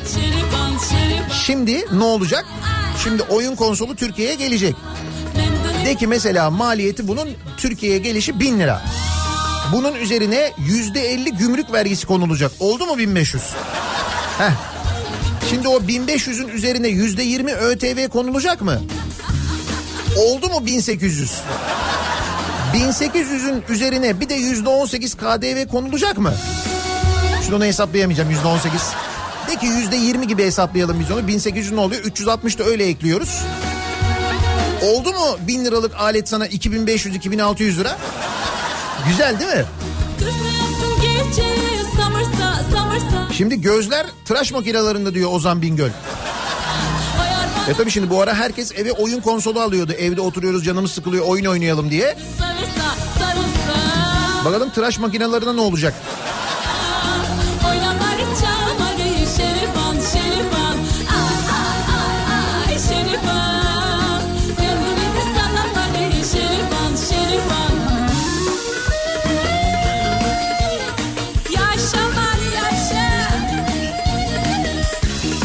B: Şimdi ne olacak? Şimdi oyun konsolu Türkiye'ye gelecek. De ki mesela maliyeti bunun Türkiye'ye gelişi bin lira. Bunun üzerine yüzde elli gümrük vergisi konulacak. Oldu mu bin beş yüz? Heh. Şimdi o bin beş yüzün üzerine yüzde yirmi ÖTV konulacak mı? Oldu mu bin sekiz yüz? bin sekiz yüzün üzerine bir de yüzde on sekiz KDV konulacak mı? Şimdi onu hesaplayamayacağım yüzde on sekiz. De ki yüzde yirmi gibi hesaplayalım biz onu. bin sekiz yüz ne oluyor? üç yüz altmış da öyle ekliyoruz. Oldu mu bin liralık alet sana iki bin beş yüz iki bin altı yüz lira? Güzel değil mi? Şimdi gözler tıraş makinelerinde diyor Ozan Bingöl. E tabii şimdi bu ara herkes eve oyun konsolu alıyordu. Evde oturuyoruz, canımız sıkılıyor, oyun oynayalım diye. Bakalım tıraş makinelerine ne olacak?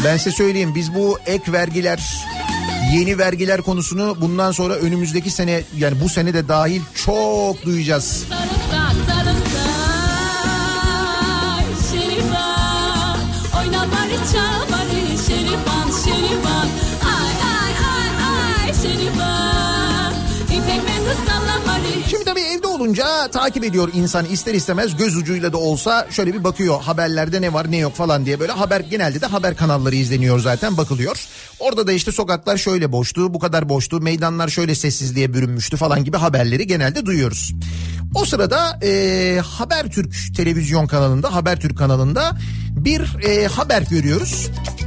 B: Ben size söyleyeyim, biz bu ek vergiler, yeni vergiler konusunu bundan sonra önümüzdeki sene, yani bu sene de dahil çok duyacağız. Şimdi tabii evde olunca takip ediyor insan ister istemez, göz ucuyla da olsa şöyle bir bakıyor haberlerde ne var ne yok falan diye. Böyle haber, genelde de haber kanalları izleniyor zaten, bakılıyor. Orada da işte sokaklar şöyle boştu, bu kadar boştu, meydanlar şöyle sessizliğe bürünmüştü falan gibi haberleri genelde duyuyoruz. O sırada e, Habertürk televizyon kanalında, Habertürk kanalında bir e, haber görüyoruz.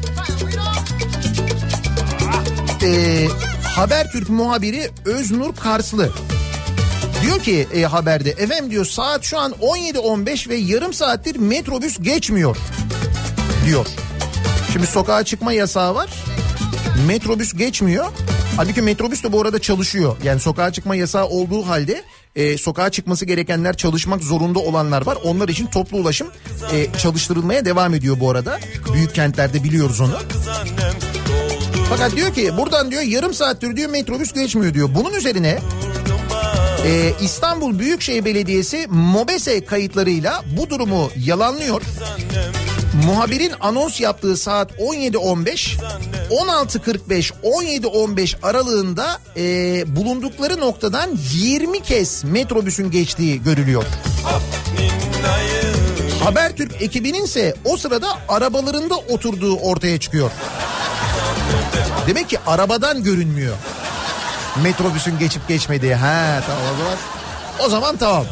B: E, Habertürk muhabiri Öznur Karslı diyor ki e, haberde, efendim diyor, saat şu an on yedi on beş ve yarım saattir metrobüs geçmiyor diyor. Şimdi sokağa çıkma yasağı var, metrobüs geçmiyor. Halbuki metrobüs de bu arada çalışıyor. Yani sokağa çıkma yasağı olduğu halde e, sokağa çıkması gerekenler, çalışmak zorunda olanlar var. Onlar için toplu ulaşım e, çalıştırılmaya devam ediyor bu arada. Büyük kentlerde biliyoruz onu. Fakat diyor ki buradan diyor yarım saattir diyor metrobüs geçmiyor diyor. Bunun üzerine Ee, İstanbul Büyükşehir Belediyesi MOBESE kayıtlarıyla bu durumu yalanlıyor. Muhabirin anons yaptığı saat on yedi on beş, on altı kırk beş, on yedi on beş aralığında e, bulundukları noktadan yirmi kez metrobüsün geçtiği görülüyor. Habertürk ekibinin ise o sırada arabalarında oturduğu ortaya çıkıyor. Demek ki arabadan görünmüyor metrobüsün geçip geçmediği. Ha tamam, o zaman o zaman tamam.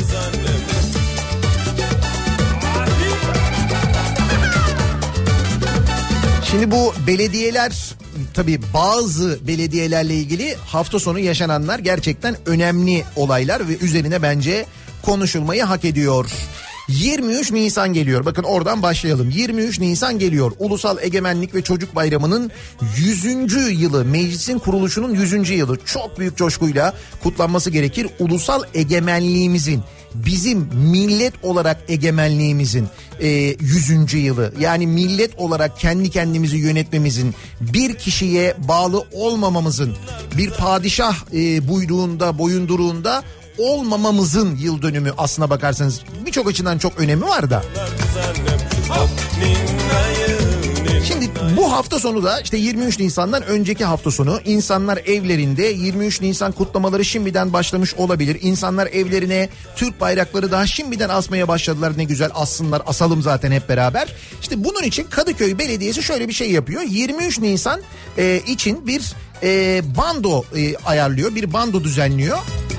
B: Şimdi bu belediyeler, tabii bazı belediyelerle ilgili hafta sonu yaşananlar gerçekten önemli olaylar ve üzerine bence konuşulmayı hak ediyor. yirmi üç Nisan geliyor. Bakın oradan başlayalım. yirmi üç Nisan geliyor. Ulusal Egemenlik ve Çocuk Bayramı'nın yüzüncü yılı. Meclisin kuruluşunun yüzüncü yılı. Çok büyük coşkuyla kutlanması gerekir. Ulusal egemenliğimizin, bizim millet olarak egemenliğimizin e, yüzüncü yılı. Yani millet olarak kendi kendimizi yönetmemizin, bir kişiye bağlı olmamamızın, bir padişah e, buyruğunda, boyunduruğunda olmamamızın yıl dönümü aslına bakarsanız. Birçok açıdan çok önemi var da. Şimdi bu hafta sonu da işte yirmi üç Nisan'dan önceki hafta sonu insanlar evlerinde, yirmi üç Nisan kutlamaları şimdiden başlamış olabilir. İnsanlar evlerine Türk bayrakları daha şimdiden asmaya başladılar, ne güzel assınlar, asalım zaten hep beraber. İşte bunun için Kadıköy Belediyesi şöyle bir şey yapıyor. yirmi üç Nisan e, için bir e, bando e, ayarlıyor, bir bando düzenliyor.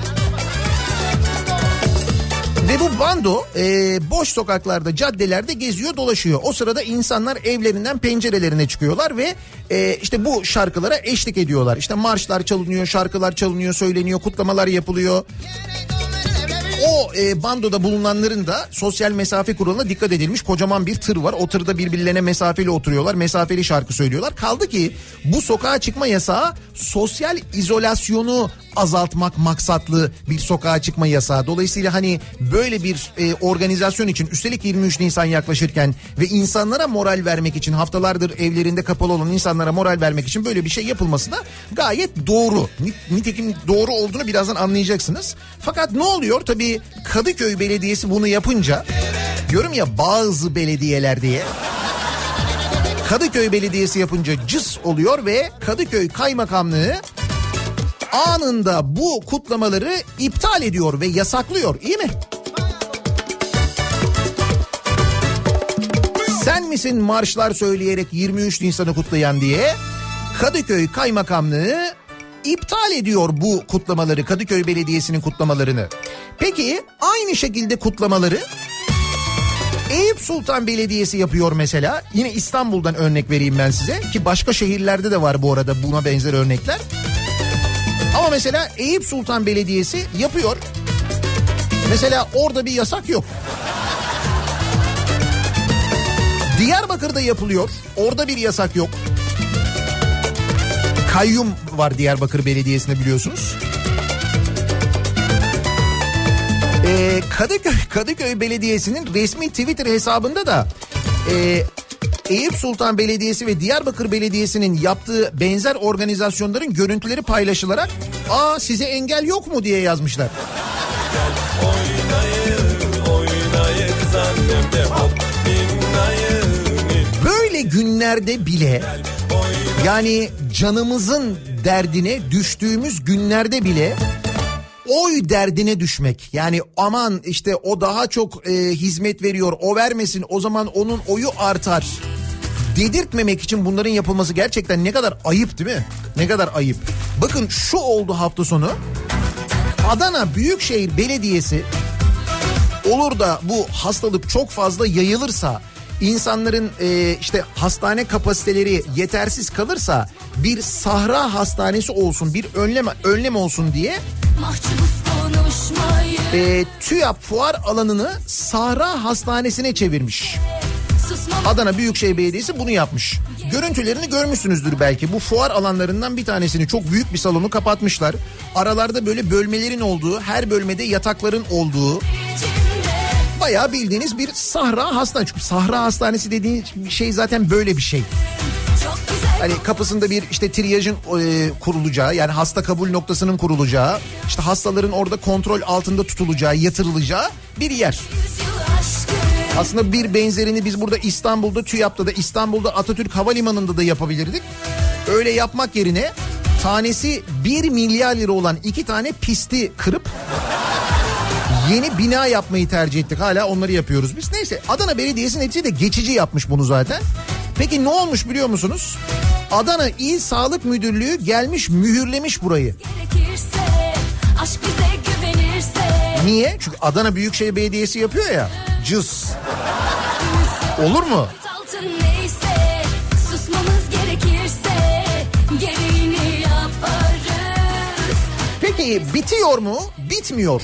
B: Ve bu bando e, boş sokaklarda, caddelerde geziyor, dolaşıyor. O sırada insanlar evlerinden pencerelerine çıkıyorlar ve e, işte bu şarkılara eşlik ediyorlar. İşte marşlar çalınıyor, şarkılar çalınıyor, söyleniyor, kutlamalar yapılıyor. O e, bandoda bulunanların da sosyal mesafe kuralına dikkat edilmiş kocaman bir tır var. O tırda birbirlerine mesafeli oturuyorlar, mesafeli şarkı söylüyorlar. Kaldı ki bu sokağa çıkma yasağı sosyal izolasyonu azaltmak maksatlı bir sokağa çıkma yasağı. Dolayısıyla hani böyle bir e, organizasyon için, üstelik yirmi üç Nisan yaklaşırken ve insanlara moral vermek için, haftalardır evlerinde kapalı olan insanlara moral vermek için böyle bir şey yapılması da gayet doğru. Nitekim doğru olduğunu birazdan anlayacaksınız. Fakat ne oluyor? Tabii Kadıköy Belediyesi bunu yapınca, diyorum ya bazı belediyeler diye, Kadıköy Belediyesi yapınca cıs oluyor ve Kadıköy Kaymakamlığı anında bu kutlamaları iptal ediyor ve yasaklıyor, iyi mi? Sen misin marşlar söyleyerek yirmi üç Nisan'ı kutlayan diye Kadıköy Kaymakamlığı iptal ediyor bu kutlamaları, Kadıköy Belediyesi'nin kutlamalarını. Peki aynı şekilde kutlamaları Eyüp Sultan Belediyesi yapıyor mesela. Yine İstanbul'dan örnek vereyim ben size, ki başka şehirlerde de var bu arada buna benzer örnekler. Ama mesela Eyüp Sultan Belediyesi yapıyor. Mesela orada bir yasak yok. Diyarbakır'da yapılıyor. Orada bir yasak yok. Kayyum var Diyarbakır Belediyesi'nde, biliyorsunuz. Ee, Kadıköy, Kadıköy Belediyesi'nin resmi Twitter hesabında da e, Eyüp Sultan Belediyesi ve Diyarbakır Belediyesi'nin yaptığı benzer organizasyonların görüntüleri paylaşılarak "Aa, size engel yok mu?" diye yazmışlar. Böyle günlerde bile, yani canımızın derdine düştüğümüz günlerde bile oy derdine düşmek, yani aman işte o daha çok e, hizmet veriyor, o vermesin, o zaman onun oyu artar dedirtmemek için bunların yapılması gerçekten ne kadar ayıp değil mi? Ne kadar ayıp. Bakın şu oldu hafta sonu. Adana Büyükşehir Belediyesi, olur da bu hastalık çok fazla yayılırsa, insanların e, işte hastane kapasiteleri yetersiz kalırsa bir sahra hastanesi olsun, bir önlem önlem olsun diye e, TÜYAP fuar alanını sahra hastanesine çevirmiş. Adana Büyükşehir Belediyesi bunu yapmış. Görüntülerini görmüşsünüzdür belki. Bu fuar alanlarından bir tanesini, çok büyük bir salonu kapatmışlar. Aralarda böyle bölmelerin olduğu, her bölmede yatakların olduğu, bayağı bildiğiniz bir sahra hastane. Çünkü sahra hastanesi dediğin şey zaten böyle bir şey. Hani kapısında bir işte triyajın e, kurulacağı, yani hasta kabul noktasının kurulacağı, işte hastaların orada kontrol altında tutulacağı, yatırılacağı bir yer. Aslında bir benzerini biz burada İstanbul'da, TÜYAP'ta da, İstanbul'da Atatürk Havalimanı'nda da yapabilirdik. Öyle yapmak yerine tanesi bir milyar lira olan iki tane pisti kırıp yeni bina yapmayı tercih ettik. Hala onları yapıyoruz biz. Neyse, Adana Belediyesi neticede geçici yapmış bunu zaten. Peki ne olmuş biliyor musunuz? Adana İl Sağlık Müdürlüğü gelmiş mühürlemiş burayı. Aşk bize güvenirse. Niye? Çünkü Adana Büyükşehir Belediyesi yapıyor ya. Cız. Olur mu? Peki bitiyor mu? Bitmiyor.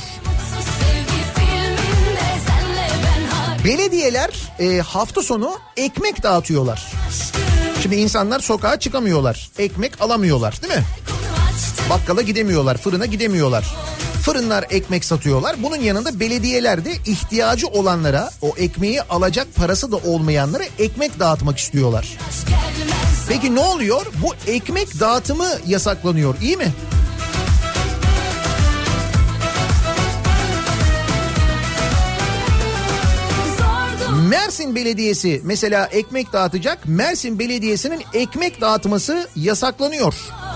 B: Belediyeler e, hafta sonu ekmek dağıtıyorlar. Şimdi insanlar sokağa çıkamıyorlar. Ekmek alamıyorlar, değil mi? Bakkala gidemiyorlar, fırına gidemiyorlar. Fırınlar ekmek satıyorlar. Bunun yanında belediyeler de ihtiyacı olanlara, o ekmeği alacak parası da olmayanlara ekmek dağıtmak istiyorlar. Peki ne oluyor? Bu ekmek dağıtımı yasaklanıyor, iyi mi? Mersin Belediyesi mesela ekmek dağıtacak. Mersin Belediyesi'nin ekmek dağıtması yasaklanıyor.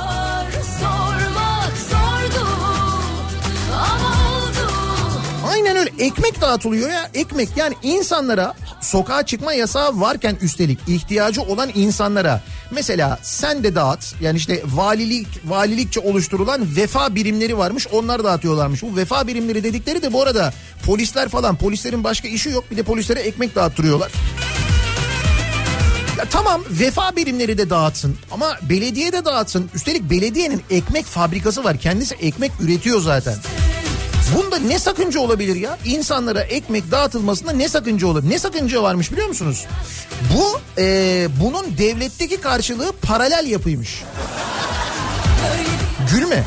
B: Aynen öyle, ekmek dağıtılıyor ya, ekmek. Yani insanlara, sokağa çıkma yasağı varken üstelik ihtiyacı olan insanlara, mesela sen de dağıt, yani işte valilik valilikçe oluşturulan vefa birimleri varmış, onlar dağıtıyorlarmış. Bu vefa birimleri dedikleri de bu arada polisler falan, polislerin başka işi yok, bir de polislere ekmek dağıttırıyorlar. Ya tamam, vefa birimleri de dağıtsın ama belediye de dağıtsın. Üstelik belediyenin ekmek fabrikası var, kendisi ekmek üretiyor zaten. Bunda ne sakınca olabilir ya? İnsanlara ekmek dağıtılmasında ne sakınca olur? Ne sakınca varmış biliyor musunuz? Bu e, bunun devletteki karşılığı paralel yapıymış. Gülme.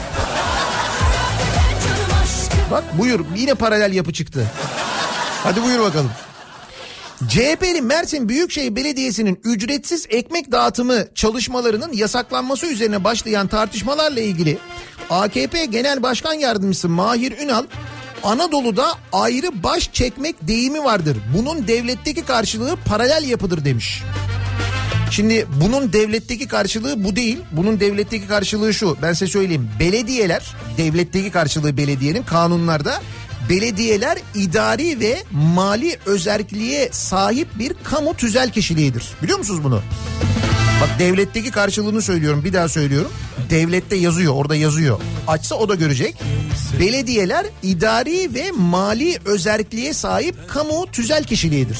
B: Bak buyur, yine paralel yapı çıktı. Hadi buyur bakalım. C H P'li Mersin Büyükşehir Belediyesi'nin ücretsiz ekmek dağıtımı çalışmalarının yasaklanması üzerine başlayan tartışmalarla ilgili A K P Genel Başkan Yardımcısı Mahir Ünal, Anadolu'da ayrı baş çekmek deyimi vardır. Bunun devletteki karşılığı paralel yapıdır demiş. Şimdi bunun devletteki karşılığı bu değil. Bunun devletteki karşılığı şu. Ben size söyleyeyim. Belediyeler, devletteki karşılığı belediyenin kanunlarda, belediyeler idari ve mali özerkliğe sahip bir kamu tüzel kişiliğidir. Biliyor musunuz bunu? Bak, devletteki karşılığını söylüyorum, bir daha söylüyorum. Devlette yazıyor, orada yazıyor. Açsa o da görecek. Belediyeler idari ve mali özerkliğe sahip kamu tüzel kişiliğidir.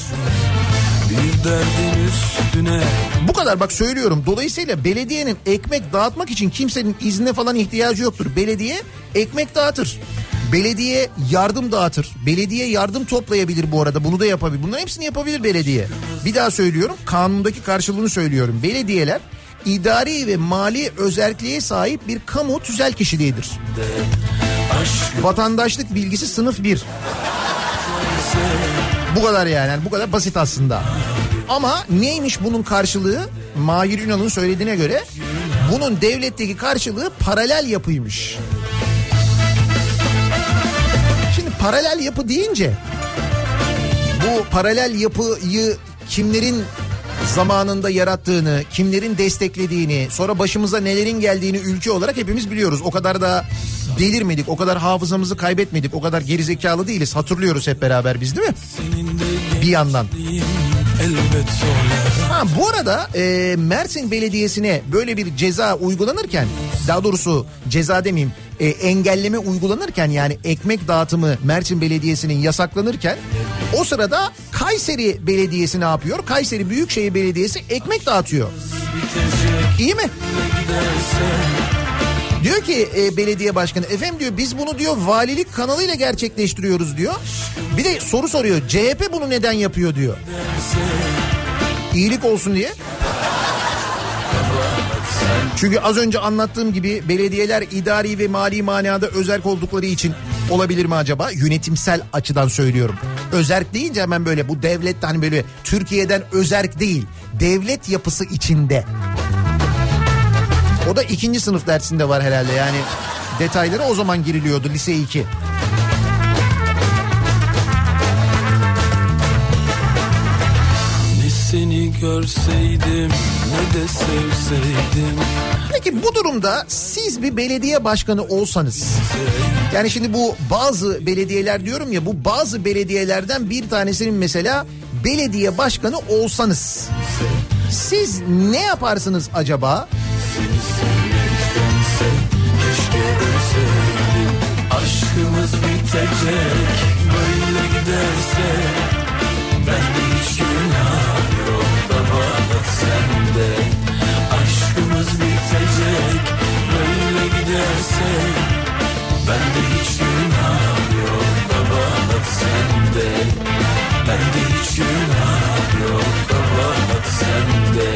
B: Bu kadar, bak söylüyorum. Dolayısıyla belediyenin ekmek dağıtmak için kimsenin iznine falan ihtiyacı yoktur. Belediye ekmek dağıtır. Belediye yardım dağıtır. Belediye yardım toplayabilir bu arada. Bunu da yapabilir. Bunların hepsini yapabilir belediye. Bir daha söylüyorum. Kanundaki karşılığını söylüyorum. Belediyeler idari ve mali özerkliğe sahip bir kamu tüzel kişiliğidir. Vatandaşlık bilgisi sınıf bir. Bu kadar yani. yani. Bu kadar basit aslında. Ama neymiş bunun karşılığı? Mahir Ünal'ın söylediğine göre bunun devletteki karşılığı paralel yapıymış. Şimdi paralel yapı deyince bu paralel yapıyı kimlerin zamanında yarattığını, kimlerin desteklediğini, sonra başımıza nelerin geldiğini ülke olarak hepimiz biliyoruz. O kadar da delirmedik, o kadar hafızamızı kaybetmedik, o kadar gerizekalı değiliz. Hatırlıyoruz hep beraber biz, değil mi? Bir yandan. Ha, bu arada e, Mersin Belediyesi'ne böyle bir ceza uygulanırken, daha doğrusu ceza demeyeyim, e, engelleme uygulanırken, yani ekmek dağıtımı Mersin Belediyesi'nin yasaklanırken o sırada Kayseri Belediyesi ne yapıyor? Kayseri Büyükşehir Belediyesi ekmek dağıtıyor. İyi mi? Diyor ki e, belediye başkanı, efendim diyor, biz bunu diyor valilik kanalıyla gerçekleştiriyoruz diyor. Bir de soru soruyor, C H P bunu neden yapıyor diyor. İyilik olsun diye. Çünkü az önce anlattığım gibi belediyeler idari ve mali manada özerk oldukları için olabilir mi acaba? Yönetimsel açıdan söylüyorum. Özerk deyince hemen böyle bu devlet, hani böyle Türkiye'den özerk değil, devlet yapısı içinde. O da ikinci sınıf dersinde var herhalde, yani detayları o zaman giriliyordu, lise iki.
D: Ne seni görseydim ne de sevseydim.
B: Peki bu durumda siz bir belediye başkanı olsanız, yani şimdi bu bazı belediyeler diyorum ya, bu bazı belediyelerden bir tanesinin mesela belediye başkanı olsanız siz ne yaparsınız acaba?
D: Aşkımız bitecek böyle giderse, bende hiç günah yok baba sende. Aşkımız bitecek böyle giderse, bende hiç günah yok baba sende. Bende hiç günah yok baba sende.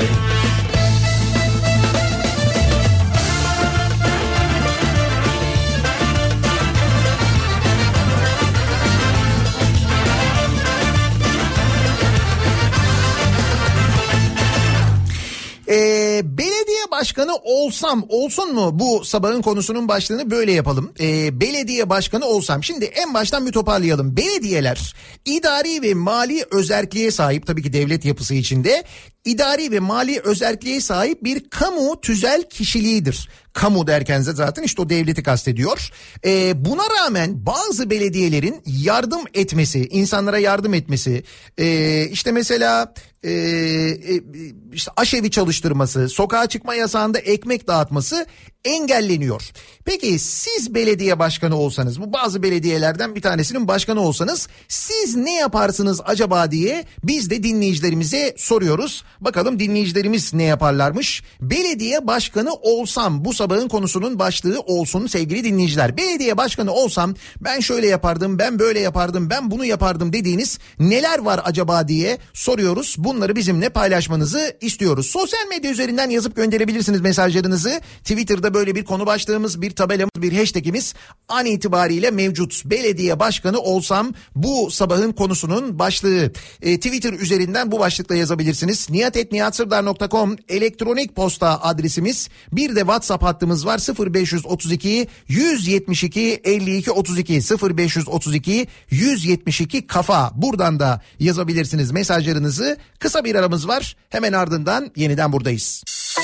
B: Ee, belediye başkanı olsam, olsun mu? Bu sabahın konusunun başlığını böyle yapalım. Ee, belediye başkanı olsam. Şimdi en baştan bir toparlayalım. Belediyeler idari ve mali özerkliğe sahip, tabii ki devlet yapısı içinde idari ve mali özerkliğe sahip bir kamu tüzel kişiliğidir. Kamu derken zaten işte o devleti kastediyor. Ee, buna rağmen bazı belediyelerin yardım etmesi, insanlara yardım etmesi, ee, işte mesela e, işte aşevi çalıştırması, sokağa çıkma yasağında ekmek dağıtması engelleniyor. Peki siz belediye başkanı olsanız, bu bazı belediyelerden bir tanesinin başkanı olsanız siz ne yaparsınız acaba diye biz de dinleyicilerimize soruyoruz. Bakalım dinleyicilerimiz ne yaparlarmış? Belediye başkanı olsam, bu sabahın konusunun başlığı olsun sevgili dinleyiciler. Belediye başkanı olsam ben şöyle yapardım, ben böyle yapardım, ben bunu yapardım dediğiniz neler var acaba diye soruyoruz. Bunları bizimle paylaşmanızı istiyoruz. Sosyal medya üzerinden yazıp gönderebilirsiniz mesajlarınızı. Twitter'da böyle bir konu başlığımız, bir tabelamız, bir hashtagimiz an itibariyle mevcut. Belediye başkanı olsam bu sabahın konusunun başlığı. E, Twitter üzerinden bu başlıkla yazabilirsiniz. nihat et nihat sırdar nokta com elektronik posta adresimiz. Bir de WhatsApp hattımız var. sıfır beş otuz iki yüz yetmiş iki elli iki otuz iki sıfır beş otuz iki yüz yetmiş iki kafa. Buradan da yazabilirsiniz mesajlarınızı. Kısa bir aramız var. Hemen ardından yeniden buradayız.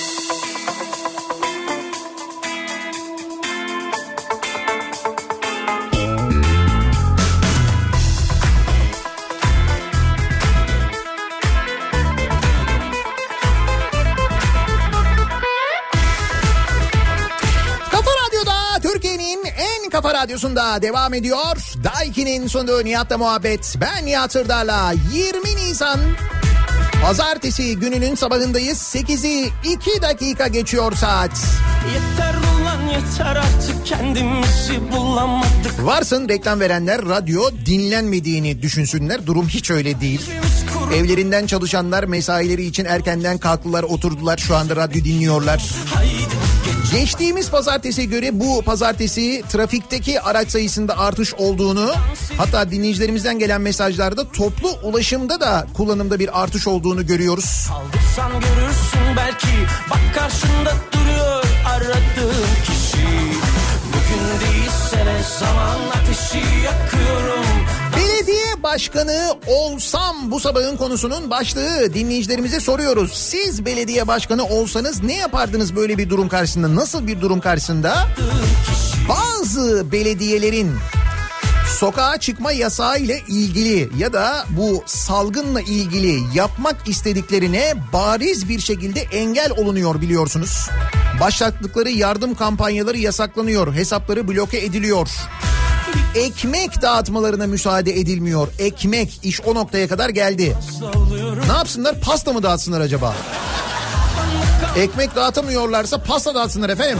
B: Kafa Radyosu'nda devam ediyor. Daiki'nin sunduğu Nihat'la muhabbet. Ben Nihat Sırdar'la yirmi Nisan Pazartesi gününün sabahındayız. sekizi iki dakika geçiyor saat.
F: Yeter ulan yeter artık, kendimizi bulamadık.
B: Varsın reklam verenler radyo dinlenmediğini düşünsünler. Durum hiç öyle değil. Evlerinden çalışanlar mesaileri için erkenden kalktılar, oturdular. Şu anda radyo dinliyorlar. Geçtiğimiz pazartesiye göre bu pazartesi trafikteki araç sayısında artış olduğunu, hatta dinleyicilerimizden gelen mesajlarda toplu ulaşımda da kullanımda bir artış olduğunu görüyoruz.
F: Kaldırsan görürsün belki, bak karşında duruyor aradığın kişi. Bugün değilse ne zaman ateşi yakıyorum.
B: Belediye başkanı olsam bu sabahın konusunun başlığı. Dinleyicilerimize soruyoruz. Siz belediye başkanı olsanız ne yapardınız böyle bir durum karşısında? Nasıl bir durum karşısında? Bazı belediyelerin sokağa çıkma yasağı ile ilgili ya da bu salgınla ilgili yapmak istediklerine bariz bir şekilde engel olunuyor biliyorsunuz. Başlattıkları yardım kampanyaları yasaklanıyor, hesapları bloke ediliyor. Ekmek dağıtmalarına müsaade edilmiyor. Ekmek, iş o noktaya kadar geldi. Ne yapsınlar? Pasta mı dağıtsınlar acaba? Ekmek dağıtamıyorlarsa pasta dağıtsınlar efendim.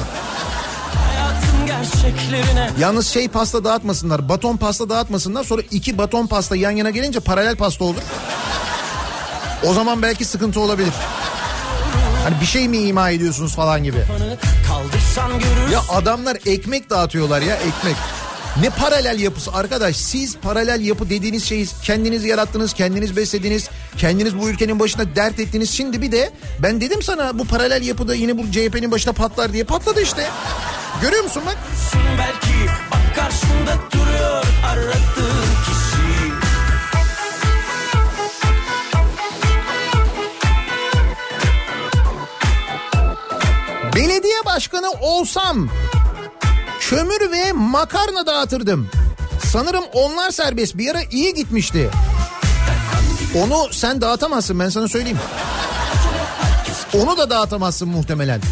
B: Yalnız şey pasta dağıtmasınlar, baton pasta dağıtmasınlar, sonra iki baton pasta yan yana gelince paralel pasta olur. O zaman belki sıkıntı olabilir. Hani bir şey mi ima ediyorsunuz falan gibi. Ya adamlar ekmek dağıtıyorlar ya, ekmek. Ne paralel yapısı arkadaş, siz paralel yapı dediğiniz şeyi kendiniz yarattınız, kendiniz beslediniz, kendiniz bu ülkenin başına dert ettiniz. Şimdi bir de ben dedim sana bu paralel yapıda yine bu C H P'nin başına patlar diye, patladı işte. Görüyor musun bak?
F: Belki bak karşında duruyor aradığın kişi.
B: Belediye başkanı olsam kömür ve makarna dağıtırdım. Sanırım onlar serbest, bir ara iyi gitmişti. Onu sen dağıtamazsın, ben sana söyleyeyim. Onu da dağıtamazsın muhtemelen.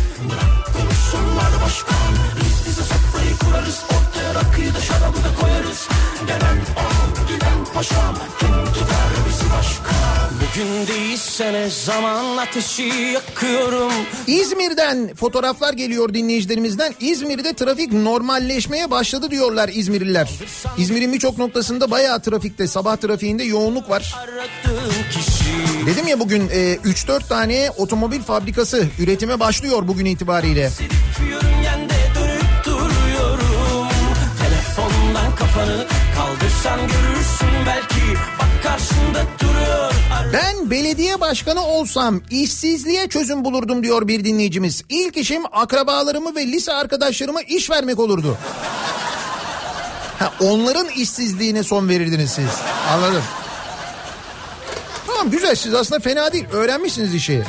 F: Bugün değilse ne zaman ateşi yakıyorum.
B: İzmir'den fotoğraflar geliyor dinleyicilerimizden. İzmir'de trafik normalleşmeye başladı diyorlar İzmirliler. İzmir'in birçok noktasında bayağı trafikte, sabah trafiğinde yoğunluk var. Dedim ya bugün e, üç dört tane otomobil fabrikası üretime başlıyor bugün itibariyle.
F: Telefondan kafanı kaldırsan görürsün belki, bak karşında duruyor.
B: Ben belediye başkanı olsam işsizliğe çözüm bulurdum diyor bir dinleyicimiz. İlk işim akrabalarımı ve lise arkadaşlarıma iş vermek olurdu. Ha, onların işsizliğine son verirdiniz siz. Anladım. Tamam, güzel, siz aslında fena değil, öğrenmişsiniz işi.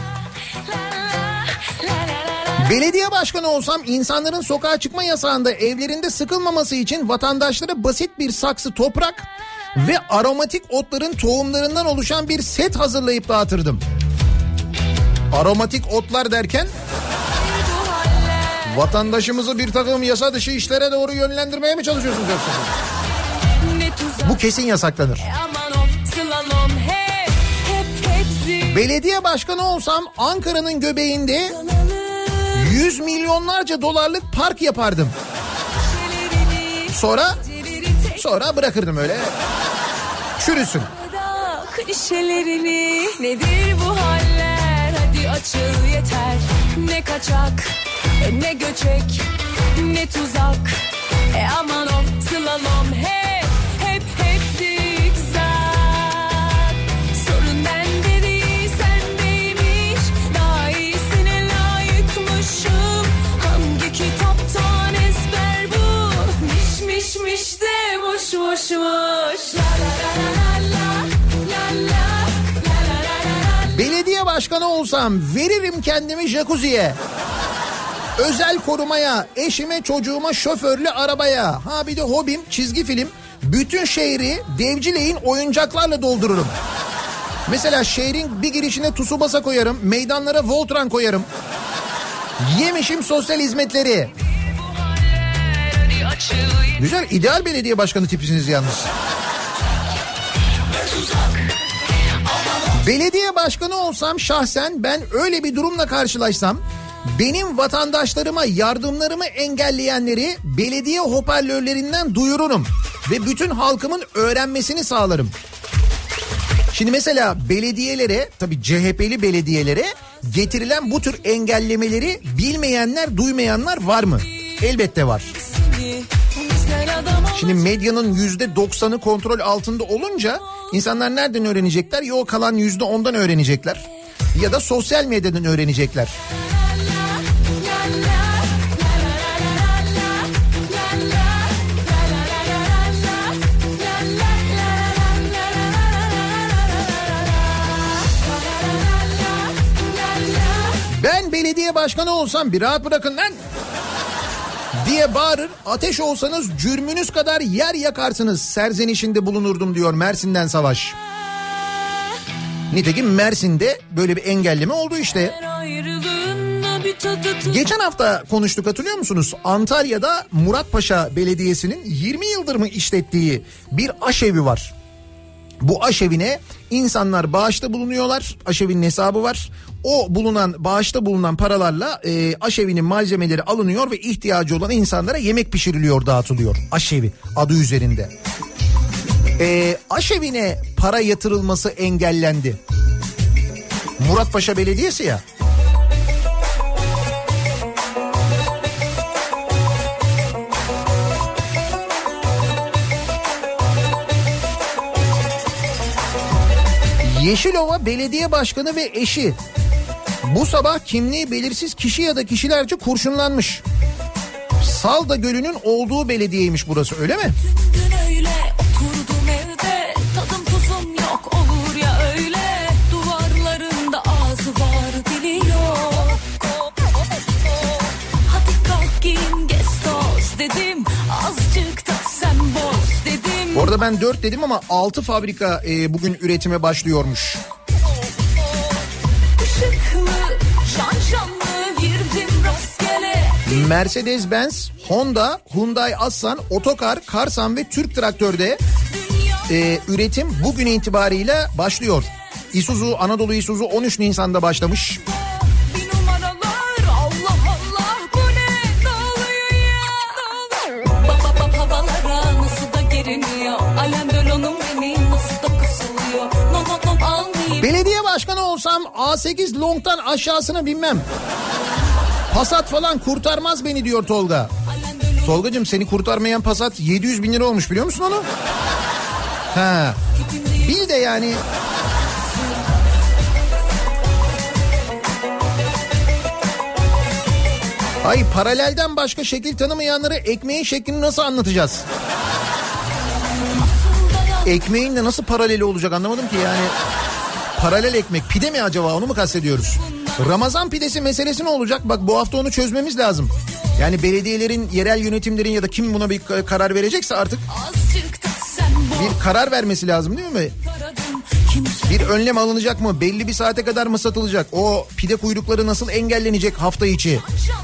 B: Belediye başkanı olsam insanların sokağa çıkma yasağında evlerinde sıkılmaması için vatandaşlara basit bir saksı toprak ve aromatik otların tohumlarından oluşan bir set hazırlayıp dağıtırdım. Aromatik otlar derken vatandaşımızı bir takım yasa dışı işlere doğru yönlendirmeye mi çalışıyorsunuz yoksa? Bu kesin yasaklanır. Belediye başkanı olsam Ankara'nın göbeğinde yüz milyonlarca dolarlık park yapardım. Sonra sonra bırakırdım öyle. Çürüsün.
C: Klişelerini nedir bu haller? Hadi açıl yeter. Ne kaçak, ne göçek, ne tuzak. E aman of slalom hep hep hep zikzak. Sorun bende değil sendeymiş. Daha iyisine layıkmışım. Hangi kitaptan ezber bu? Miş miş miş de boş boşmuş. La la la la la la la.
B: Belediye başkanı olsam veririm kendimi jacuzziye. Özel korumaya, eşime çocuğuma şoförlü arabaya. Ha bir de hobim çizgi film. Bütün şehri Devcileyin oyuncaklarla doldururum. Mesela şehrin bir girişine Tsubasa koyarım. Meydanlara Voltran koyarım. Yemişim sosyal hizmetleri. Güzel, ideal belediye başkanı tipisiniz yalnız. Belediye başkanı olsam şahsen ben öyle bir durumla karşılaşsam benim vatandaşlarıma yardımlarımı engelleyenleri belediye hoparlörlerinden duyururum ve bütün halkımın öğrenmesini sağlarım. Şimdi mesela belediyelere, tabii C H P'li belediyelere getirilen bu tür engellemeleri bilmeyenler, duymayanlar var mı? Elbette var. Şimdi medyanın yüzde doksanı kontrol altında olunca insanlar nereden öğrenecekler? Ya o kalan yüzde ondan öğrenecekler ya da sosyal medyadan öğrenecekler. Ben belediye başkanı olsam bir rahat bırakın lan diye bağırır, ateş olsanız cürmünüz kadar yer yakarsınız serzenişinde bulunurdum diyor Mersin'den Savaş. Nitekim Mersin'de böyle bir engelleme oldu işte. Geçen hafta konuştuk, hatırlıyor musunuz? Antalya'da Muratpaşa Belediyesi'nin yirmi yıldır mı işlettiği bir aşevi var. Bu aşevine insanlar bağışta bulunuyorlar. Aşevinin hesabı var. O bulunan bağışta bulunan paralarla e, aşevinin malzemeleri alınıyor ve ihtiyacı olan insanlara yemek pişiriliyor, dağıtılıyor. Aşevi adı üzerinde. E, aşevine para yatırılması engellendi. Muratpaşa Belediyesi ya. Yeşilova Belediye Başkanı ve eşi bu sabah kimliği belirsiz kişi ya da kişilerce kurşunlanmış. Salda Gölü'nün olduğu belediyeymiş burası, öyle mi?
C: Gün öyle oturdum evde, tadım tuzum yok olur ya öyle. Duvarlarında ağzı var, dili yok. Hadi kalk giyin gez toz dedim, azıcık da sen boz dedim.
B: Bu arada ben dört dedim ama altı fabrika e, bugün üretime başlıyormuş. Mercedes-Benz, Honda, Hyundai Aslan, Otokar, Karsan ve Türk Traktör'de e, üretim bugün itibariyle başlıyor. Isuzu, Anadolu Isuzu on üç Nisan'da başlamış. Belediye başkanı olsam A sekiz Long'tan aşağısına binmem. Passat falan kurtarmaz beni diyor Tolga. Tolgacığım, seni kurtarmayan Passat yedi yüz bin lira olmuş, biliyor musun onu? Ha. Bil de yani. Ay, paralelden başka şekil tanımayanlara ekmeğin şeklini nasıl anlatacağız? Ekmeğin de nasıl paraleli olacak anlamadım ki yani. Paralel ekmek pide mi acaba, onu mu kastediyoruz? Ramazan pidesi meselesi ne olacak? Bak, bu hafta onu çözmemiz lazım. Yani belediyelerin, yerel yönetimlerin ya da kim buna bir karar verecekse artık bir karar vermesi lazım, değil mi? Bir önlem alınacak mı? Belli bir saate kadar mı satılacak? O pide kuyrukları nasıl engellenecek hafta içi?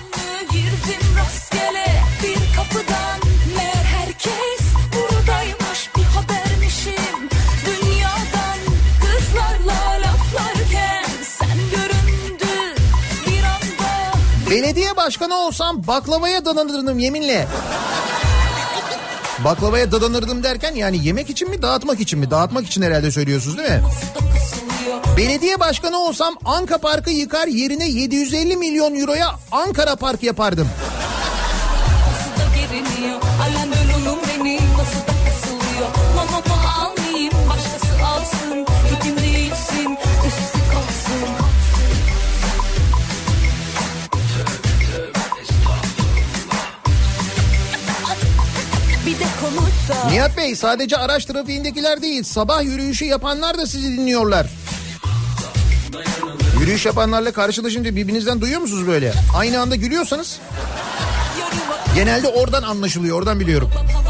B: Belediye başkanı olsam baklavaya dadanırdım yeminle. Baklavaya dadanırdım derken yani yemek için mi, dağıtmak için mi? Dağıtmak için herhalde söylüyorsunuz, değil mi? Belediye başkanı olsam Anka Park'ı yıkar, yerine yedi yüz elli milyon euroya Ankara Park yapardım. Nihat Bey, sadece araç trafiğindekiler değil, sabah yürüyüşü yapanlar da sizi dinliyorlar. Yürüyüş yapanlarla karşılaşınca birbirinizden duyuyor musunuz böyle? Aynı anda gülüyorsanız genelde oradan anlaşılıyor, oradan biliyorum.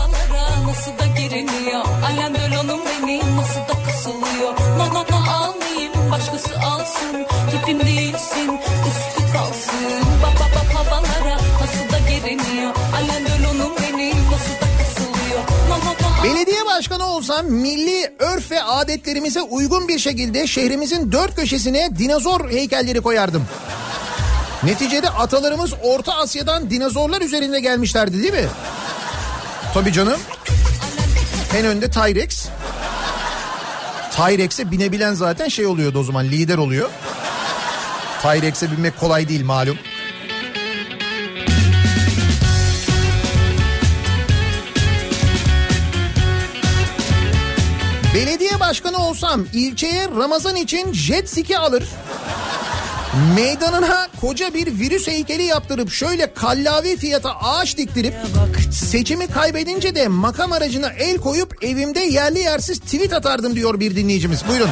B: Başkası alsın, tipim değilsin, üstü kalsın. Baba baba havalara nasıl da geriniyor. Alem dölonum benim nasıl da kasılıyor. Belediye başkanı olsam milli örf ve adetlerimize uygun bir şekilde şehrimizin dört köşesine dinozor heykelleri koyardım. Neticede atalarımız Orta Asya'dan dinozorlar üzerinde gelmişlerdi, değil mi? Tabii canım. En önde T-Rex. Tyrex'e binebilen zaten şey oluyordu o zaman, lider oluyor. Tyrex'e binmek kolay değil malum. Belediye başkanı olsam ilçeye Ramazan için jet ski alır. Meydanına koca bir virüs heykeli yaptırıp şöyle kallavi fiyata ağaç diktirip seçimi kaybedince de makam aracına el koyup evimde yerli yersiz tweet atardım diyor bir dinleyicimiz. Buyurun.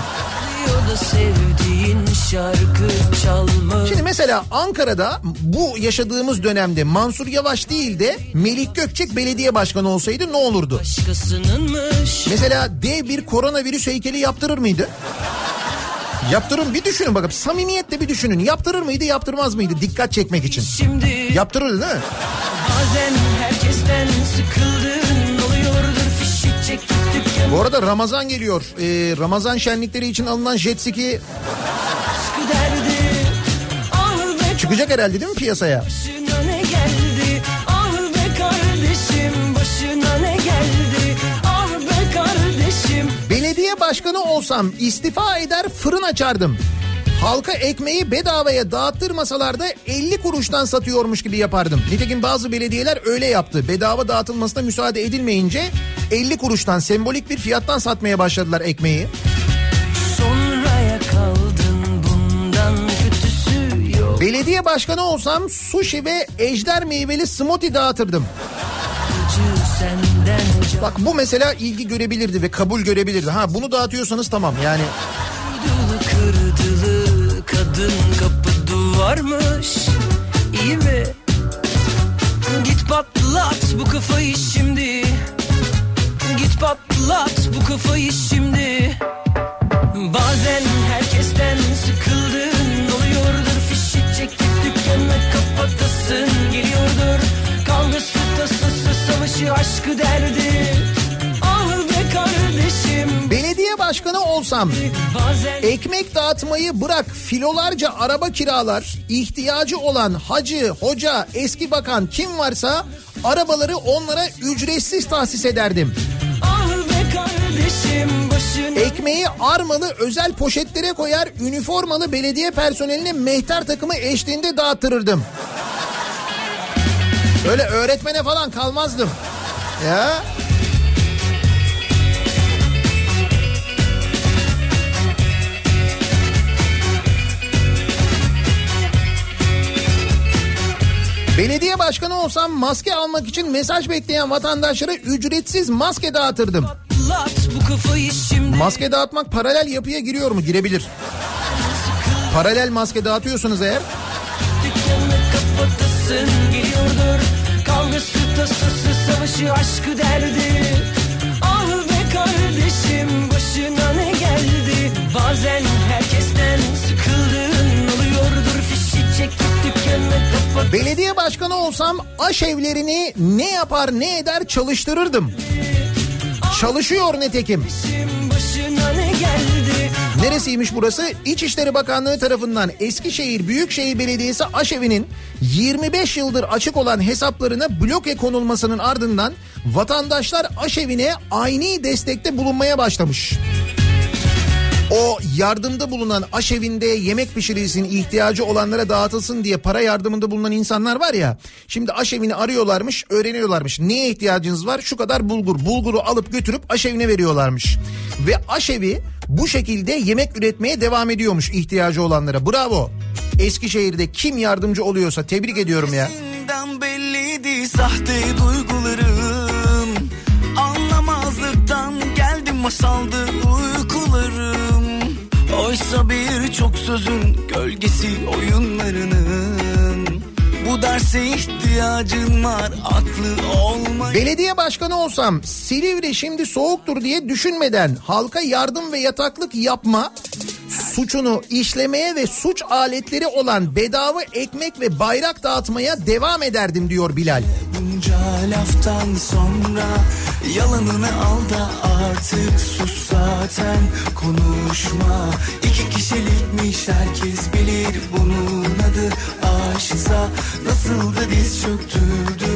B: Şimdi mesela Ankara'da bu yaşadığımız dönemde Mansur Yavaş değil de Melih Gökçek belediye başkanı olsaydı ne olurdu? Mesela dev bir koronavirüs heykeli yaptırır mıydı? Yaptırın, bir düşünün bakalım, samimiyetle bir düşünün. Yaptırır mıydı, yaptırmaz mıydı dikkat çekmek için? Şimdi yaptırırdı değil mi? Bazen herkesten sıkıldın oluyordur, fişi çektik dükkan. Bu arada Ramazan geliyor. Ee, Ramazan şenlikleri için alınan jet ski çıkacak herhalde değil mi piyasaya? Başına ne geldi? Ah be kardeşim, başına ne geldi? Ah be kardeşim. Belediye başkanı olsam istifa eder fırın açardım. Halka ekmeği bedavaya dağıttırmasalar da elli kuruştan satıyormuş gibi yapardım. Nitekim bazı belediyeler öyle yaptı. Bedava dağıtılmasına müsaade edilmeyince elli kuruştan, sembolik bir fiyattan satmaya başladılar ekmeği. Sonraya kaldın, bundan kötüsü yok. Belediye başkanı olsam sushi ve ejder meyveli smoothie dağıtırdım. Bak bu mesela ilgi görebilirdi ve kabul görebilirdi. Ha bunu dağıtıyorsanız tamam yani. Kırdılı kadın kapı duvarmış, iyi mi? Git patlat bu kafayı şimdi. Git patlat bu kafayı şimdi. Bazen herkesten sıkıldın oluyordur, fişi çekip dükkanı kapatasın geliyordur. Kavgası tasası savaşı aşkı derdi. Ah be kardeşim. Belediye başkanı olsam ekmek dağıtmayı bırak, filolarca araba kiralar, ihtiyacı olan hacı, hoca, eski bakan kim varsa arabaları onlara ücretsiz tahsis ederdim. Ah be kardeşim, başına... Ekmeği armalı özel poşetlere koyar, üniformalı belediye personeline mehter takımı eşliğinde dağıttırırdım. Öyle öğretmene falan kalmazdım. Ya. Belediye başkanı olsam maske almak için mesaj bekleyen vatandaşlara ücretsiz maske dağıtırdım. Maske dağıtmak paralel yapıya giriyor mu? Girebilir. Paralel maske dağıtıyorsunuz eğer. Geliyordur kavgası tasası savaşı aşkı derdi. Ah be kardeşim, başına ne geldi? Bazen herkesten sıkıldın oluyordur, fişi çekip dükkanı kapat. Belediye başkanı olsam aşevlerini ne yapar ne eder çalıştırırdım. Çalışıyor nitekim. Başına ne geldi? Neresiymiş burası? İçişleri Bakanlığı tarafından Eskişehir Büyükşehir Belediyesi aşevinin yirmi beş yıldır açık olan hesaplarına bloke konulmasının ardından vatandaşlar aşevine aynı destekte bulunmaya başlamış. O yardımda bulunan aşevinde yemek pişirilsin, ihtiyacı olanlara dağıtılsın diye para yardımında bulunan insanlar var ya. Şimdi aşevini arıyorlarmış, öğreniyorlarmış. Neye ihtiyacınız var? Şu kadar bulgur. Bulguru alıp götürüp aşevine veriyorlarmış. Ve aşevi bu şekilde yemek üretmeye devam ediyormuş ihtiyacı olanlara. Bravo. Eskişehir'de kim yardımcı oluyorsa tebrik ediyorum ya.
G: Belliydi sahte duygularım. Anlamazlıktan geldim, masaldı uykularım. Oysa birçok sözün gölgesi oyunlarının. Bu derse ihtiyacın var, aklı olma.
B: Belediye başkanı olsam Silivri şimdi soğuktur diye düşünmeden halka yardım ve yataklık yapma suçunu işlemeye ve suç aletleri olan bedava ekmek ve bayrak dağıtmaya devam ederdim diyor Bilal.
G: Bunca laftan sonra yalanını al da artık sus zaten, konuşma. İki kişilikmiş herkes bilir, bunun adı aşksa. Nasıl da diz çöktürdü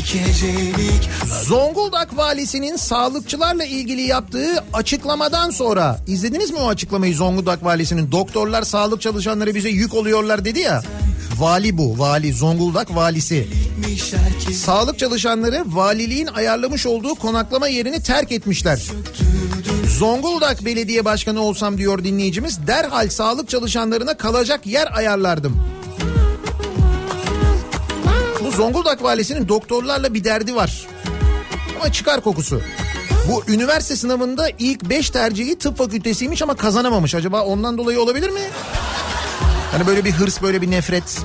G: iki hecelik.
B: Zonguldak valisinin sağlıkçılarla ilgili yaptığı açıklamadan sonra, izlediniz mi o açıklamayı Zonguldak valisinin? Doktorlar sağlık çalışanları bize yük oluyorlar dedi ya. Vali bu, vali, Zonguldak valisi. Sağlık çalışanları valiliğin ayarlamış olduğu konaklama yerini terk etmişler. Zonguldak Belediye Başkanı olsam diyor dinleyicimiz, derhal sağlık çalışanlarına kalacak yer ayarlardım. Bu Zonguldak valisinin doktorlarla bir derdi var. Ama çıkar kokusu. Bu üniversite sınavında ilk beş tercihi tıp fakültesiymiş ama kazanamamış. Acaba ondan dolayı olabilir mi? Hani böyle bir hırs, böyle bir nefret.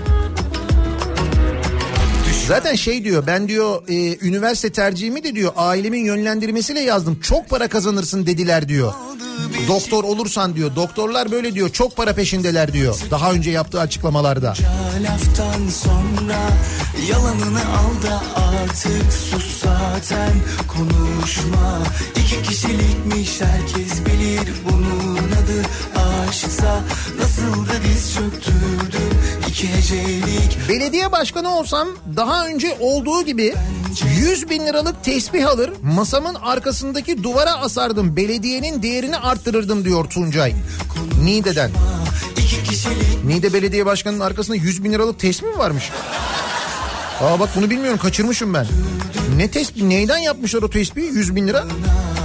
B: Zaten şey diyor, ben diyor e, üniversite tercihimi de diyor ailemin yönlendirmesiyle yazdım. Çok para kazanırsın dediler diyor. Doktor olursan diyor. Doktorlar böyle diyor, çok para peşindeler diyor. Daha önce yaptığı açıklamalarda.
G: Laftan sonra yalanını al da artık sus zaten konuşma. İki kişilikmiş herkes bilir bunun adı aşksa. Nasıl da diz çöktürdü iki hecelik.
B: Belediye başkanı olsam daha önce olduğu gibi yüz bin liralık tesbih alır masamın arkasındaki duvara asardım. Belediyenin değerini arttırırdım diyor Tuncay. Niğde'den. Niğde Belediye Başkanı'nın arkasında yüz bin liralık tesbih mi varmış? Aa bak bunu bilmiyorum, kaçırmışım ben. Ne tesbih, neyden yapmışlar o tesbihi, yüz bin lira?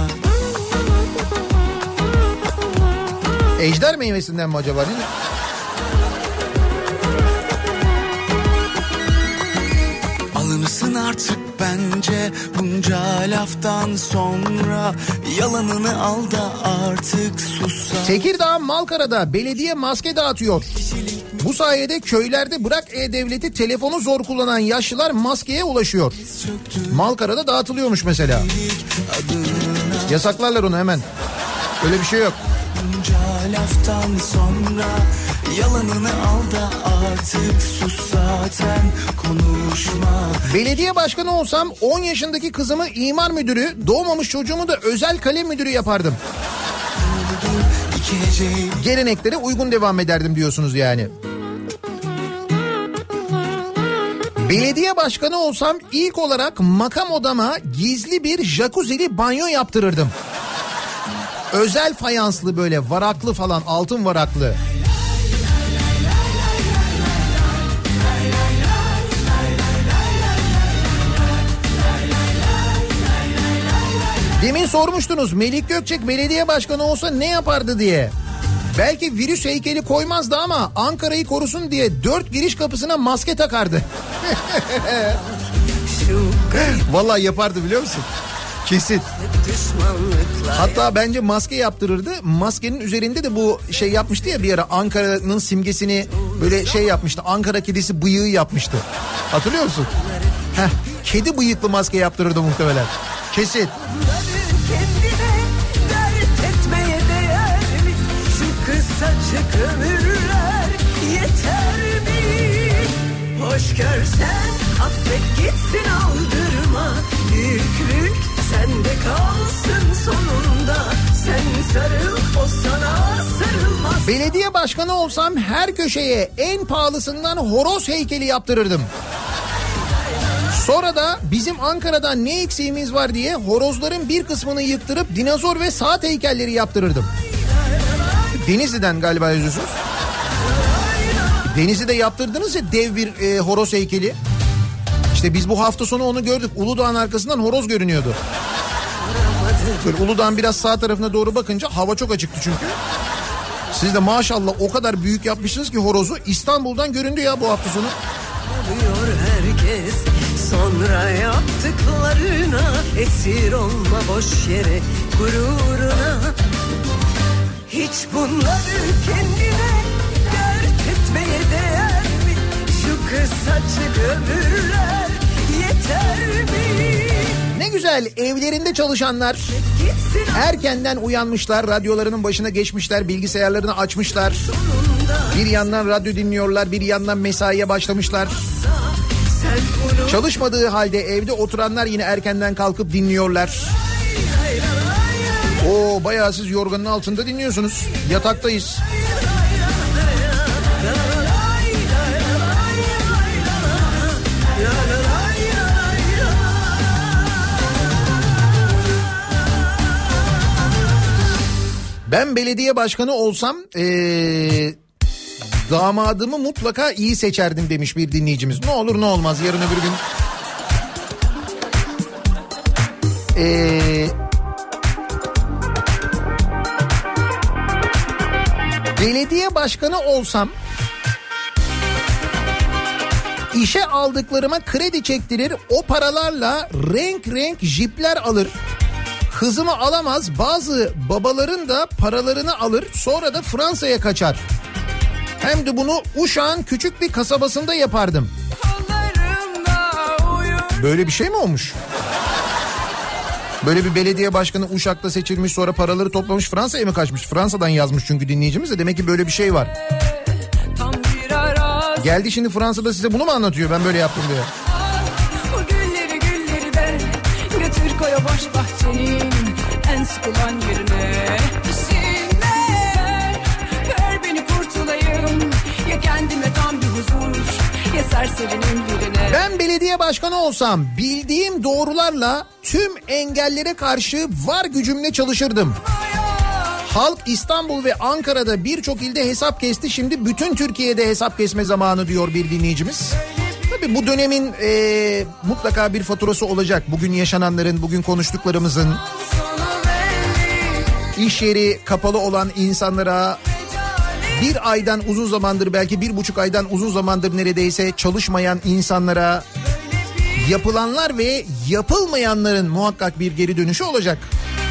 B: Ejder meyvesinden mi acaba? Ne?
G: Alınırsın artık bence bunca laftan sonra. Yalanını al da artık sus.
B: Tekirdağ Malkara'da belediye maske dağıtıyor. Bu sayede köylerde bırak e-devleti, telefonu zor kullanan yaşlılar maskeye ulaşıyor. Malkara'da dağıtılıyormuş mesela. Yasaklarlar onu hemen. Öyle bir şey yok.
G: Laftan sonra yalanını al da artık sus zaten konuşma.
B: Belediye başkanı olsam on yaşındaki kızımı imar müdürü, doğmamış çocuğumu da özel kalem müdürü yapardım. Geleneklere uygun devam ederdim diyorsunuz yani. Belediye başkanı olsam ilk olarak makam odama gizli bir jacuzzi'li banyo yaptırırdım. Özel fayanslı, böyle varaklı falan, altın varaklı. Demin sormuştunuz Melik Gökçek belediye başkanı olsa ne yapardı diye. Belki virüs heykeli koymazdı ama Ankara'yı korusun diye dört giriş kapısına maske takardı. Vallahi yapardı, biliyor musun? Kesin. Hatta bence maske yaptırırdı. Maskenin üzerinde de bu şey yapmıştı ya bir ara, Ankara'nın simgesini böyle şey yapmıştı. Ankara kedisi bıyığı yapmıştı. Hatırlıyor musun? Heh, kedi bıyıklı maske yaptırırdı muhtemelen. Kesin.
H: Kısacık ömürler yeter mi? Hoş görsen affet gitsin, aldırma. Büyüklük sende kalsın sonunda. Sen sarıl, o sana sarılmaz.
B: Belediye başkanı olsam her köşeye en pahalısından horoz heykeli yaptırırdım. Sonra da bizim Ankara'da ne eksiğimiz var diye horozların bir kısmını yıktırıp dinozor ve saat heykelleri yaptırırdım. Denizli'den galiba yazıyorsunuz. Denizli'de yaptırdınız ya dev bir e, horoz heykeli. İşte biz bu hafta sonu onu gördük. Uludağ'ın arkasından horoz görünüyordu. Böyle Uludağ'ın biraz sağ tarafına doğru bakınca hava çok açıktı çünkü. Siz de maşallah o kadar büyük yapmışsınız ki horozu, İstanbul'dan göründü ya bu hafta sonu.
H: Herkes sonra yaptıklarına esir olma boş yere, gururuna. Hiç bunları kendine dert etmeye değer mi? Şu kısacık ömürler yeter mi?
B: Ne güzel, evlerinde çalışanlar erkenden uyanmışlar, radyolarının başına geçmişler, bilgisayarlarını açmışlar. Bir yandan radyo dinliyorlar, bir yandan mesaiye başlamışlar. Çalışmadığı halde evde oturanlar yine erkenden kalkıp dinliyorlar. Oo, bayağı siz yorganın altında dinliyorsunuz. Yataktayız. Ben belediye başkanı olsam ee, damadımı mutlaka iyi seçerdim demiş bir dinleyicimiz. Ne olur ne olmaz yarın öbür gün. Eee... Belediye başkanı olsam işe aldıklarıma kredi çektirir, o paralarla renk renk jipler alır. Hızımı alamaz, bazı babaların da paralarını alır, sonra da Fransa'ya kaçar. Hem de bunu Uşak'ın küçük bir kasabasında yapardım. Böyle bir şey mi olmuş? Böyle bir belediye başkanı Uşak'ta seçilmiş, sonra paraları toplamış Fransa'ya mı kaçmış? Fransa'dan yazmış çünkü dinleyicimiz de, demek ki böyle bir şey var. Geldi şimdi Fransa'da size bunu mu anlatıyor, ben böyle yaptım diye.
C: O gülleri gülleri de götür koy o boş bahçenin en sıkılan yerine. İşinler ver beni kurtulayım, ya kendime tam bir huzur, ya serserinin birine.
B: Ben belediye başkanı olsam bildiğim doğrularla tüm engellere karşı var gücümle çalışırdım. Halk İstanbul ve Ankara'da birçok ilde hesap kesti, şimdi bütün Türkiye'de hesap kesme zamanı diyor bir dinleyicimiz. Tabii bu dönemin e, mutlaka bir faturası olacak. Bugün yaşananların, bugün konuştuklarımızın, iş yeri kapalı olan insanlara, bir aydan uzun zamandır, belki bir buçuk aydan uzun zamandır neredeyse çalışmayan insanlara, yapılanlar ve yapılmayanların muhakkak bir geri dönüşü olacak.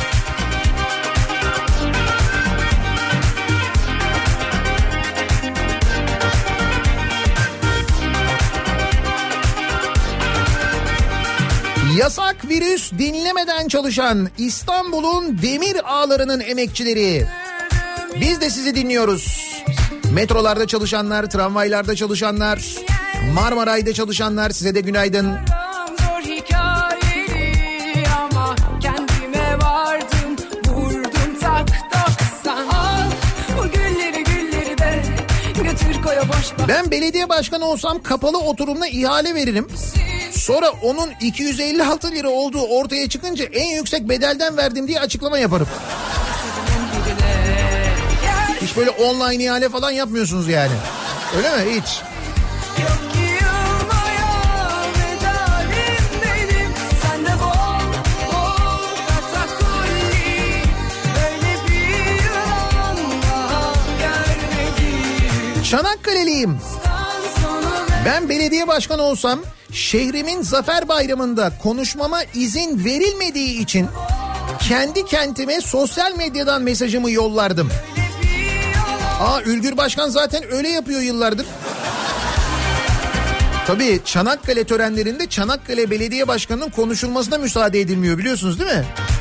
B: Yasak virüs dinlemeden çalışan İstanbul'un demir ağlarının emekçileri. Biz de sizi dinliyoruz. Metrolarda çalışanlar, tramvaylarda çalışanlar, Marmaray'da çalışanlar, size de günaydın.
C: Zor hikayeli ama kendime vardım, vurdum tak doksan. Al bu gülleri gülleri de götür koy o boş bahçenin.
B: Ben belediye başkanı olsam kapalı oturumla ihale veririm. Sonra onun iki yüz elli altı lira olduğu ortaya çıkınca en yüksek bedelden verdim diye açıklama yaparım. Hiç böyle online ihale falan yapmıyorsunuz yani. Öyle mi? Hiç.
C: Yok ki yılmaya medalim benim, sende bol bol katakulli, böyle bir yılan daha görmedim.
B: Çanakkale'liyim. Ben belediye başkanı olsam şehrimin Zafer Bayramı'nda konuşmama izin verilmediği için kendi kentime sosyal medyadan mesajımı yollardım. Aa, Ülgür Başkan zaten öyle yapıyor yıllardır. Tabii Çanakkale törenlerinde Çanakkale Belediye Başkanı'nın konuşulmasına müsaade edilmiyor, biliyorsunuz değil mi?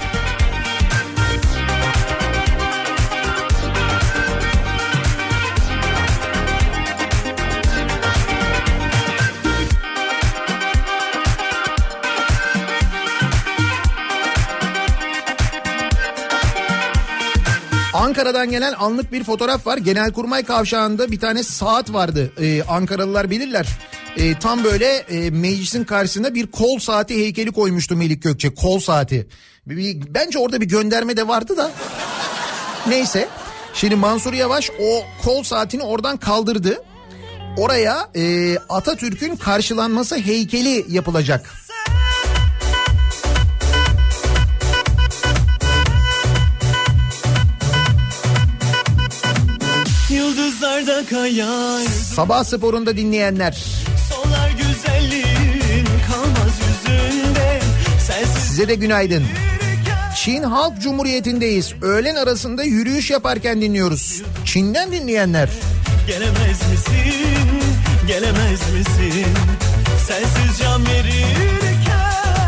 B: Ankara'dan gelen anlık bir fotoğraf var. Genelkurmay Kavşağı'nda bir tane saat vardı. Ee, Ankaralılar bilirler. Ee, tam böyle e, meclisin karşısına bir kol saati heykeli koymuştu Melik Gökçe. Kol saati. Bir, bir, bence orada bir gönderme de vardı da. Neyse. Şimdi Mansur Yavaş o kol saatini oradan kaldırdı. Oraya e, Atatürk'ün karşılanması heykeli yapılacak.
G: Yıldızlarda kayar.
B: Sabah sporunda dinleyenler.
G: Solar güzelliğin kalmaz yüzünde. Sensiz
B: Size de günaydın. Çin Halk Cumhuriyeti'ndeyiz. Öğlen arasında yürüyüş yaparken dinliyoruz. Çin'den dinleyenler.
G: gelemez misin? Gelemez misin? Sensiz can verirken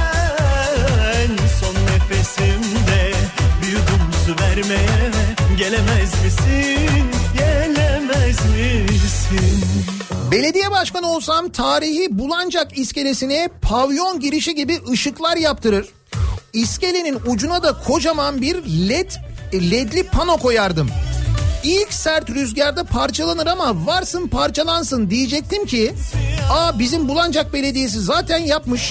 G: son nefesimde bir yudum su vermeye gelemez misin? Gelemez misin?
B: Belediye başkanı olsam tarihi Bulancak iskelesine pavyon girişi gibi ışıklar yaptırır. İskelenin ucuna da kocaman bir led ledli pano koyardım. İlk sert rüzgarda parçalanır ama varsın parçalansın diyecektim ki aa bizim Bulancak Belediyesi zaten yapmış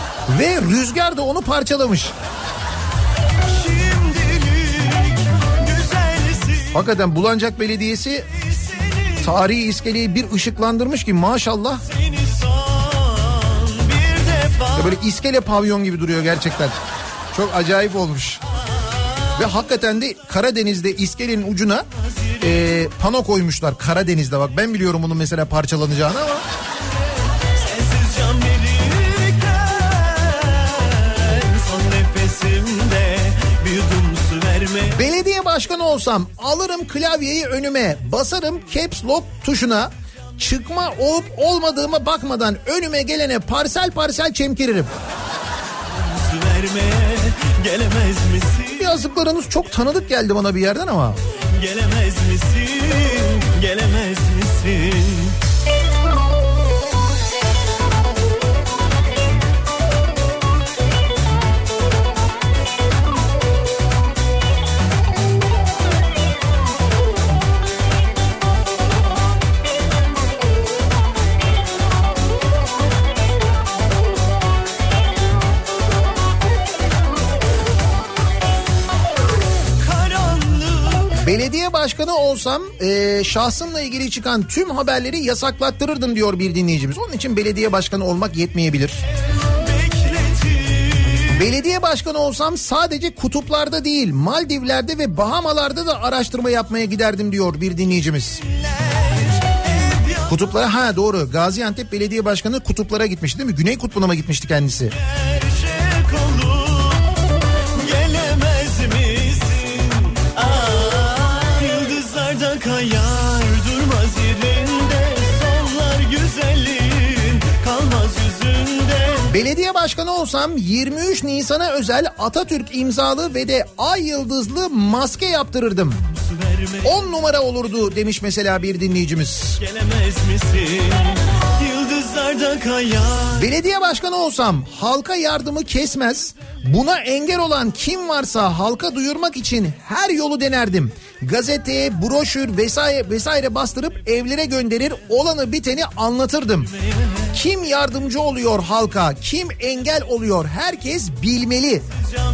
B: ve rüzgar da onu parçalamış.
G: Şimdilik
B: Hakikaten Bulancak Belediyesi tarihi iskeleyi bir ışıklandırmış ki maşallah. Ya böyle iskele pavyon gibi duruyor gerçekten. Çok acayip olmuş. Ve hakikaten de Karadeniz'de iskelenin ucuna e, pano koymuşlar. Karadeniz'de bak ben biliyorum bunun mesela parçalanacağını ama. Belediye başkanı olsam alırım klavyeyi önüme, basarım caps lock tuşuna, çıkma olup olmadığıma bakmadan önüme gelene parsel parsel çemkiririm. Gelemez misin? Yazdıklarınız çok tanıdık geldi bana bir yerden ama. Gelemez misin? Gelemez misin? Belediye başkanı olsam e, şahsımla ilgili çıkan tüm haberleri yasaklattırırdım diyor bir dinleyicimiz. Onun için belediye başkanı olmak yetmeyebilir. Bekledim. Belediye başkanı olsam sadece kutuplarda değil Maldivler'de ve Bahamalar'da da araştırma yapmaya giderdim diyor bir dinleyicimiz. Kutuplara ha doğru Gaziantep Belediye Başkanı kutuplara gitmişti değil mi? Güney Kutbu'na mı gitmişti kendisi? Kayar durmaz yerinde sollar güzelliğin kalmaz yüzünde. Belediye başkanı olsam yirmi üç Nisan'a özel Atatürk imzalı ve de ay yıldızlı maske yaptırırdım. on numara olurdu demiş mesela bir dinleyicimiz. Gelemez misin? Yıldızlarda kayar. Belediye başkanı olsam halka yardımı kesmez. Buna engel olan kim varsa halka duyurmak için her yolu denerdim. Gazeteye, broşür vesaire vesaire bastırıp evlere gönderir, olanı biteni anlatırdım. Kim yardımcı oluyor halka, kim engel oluyor herkes bilmeli.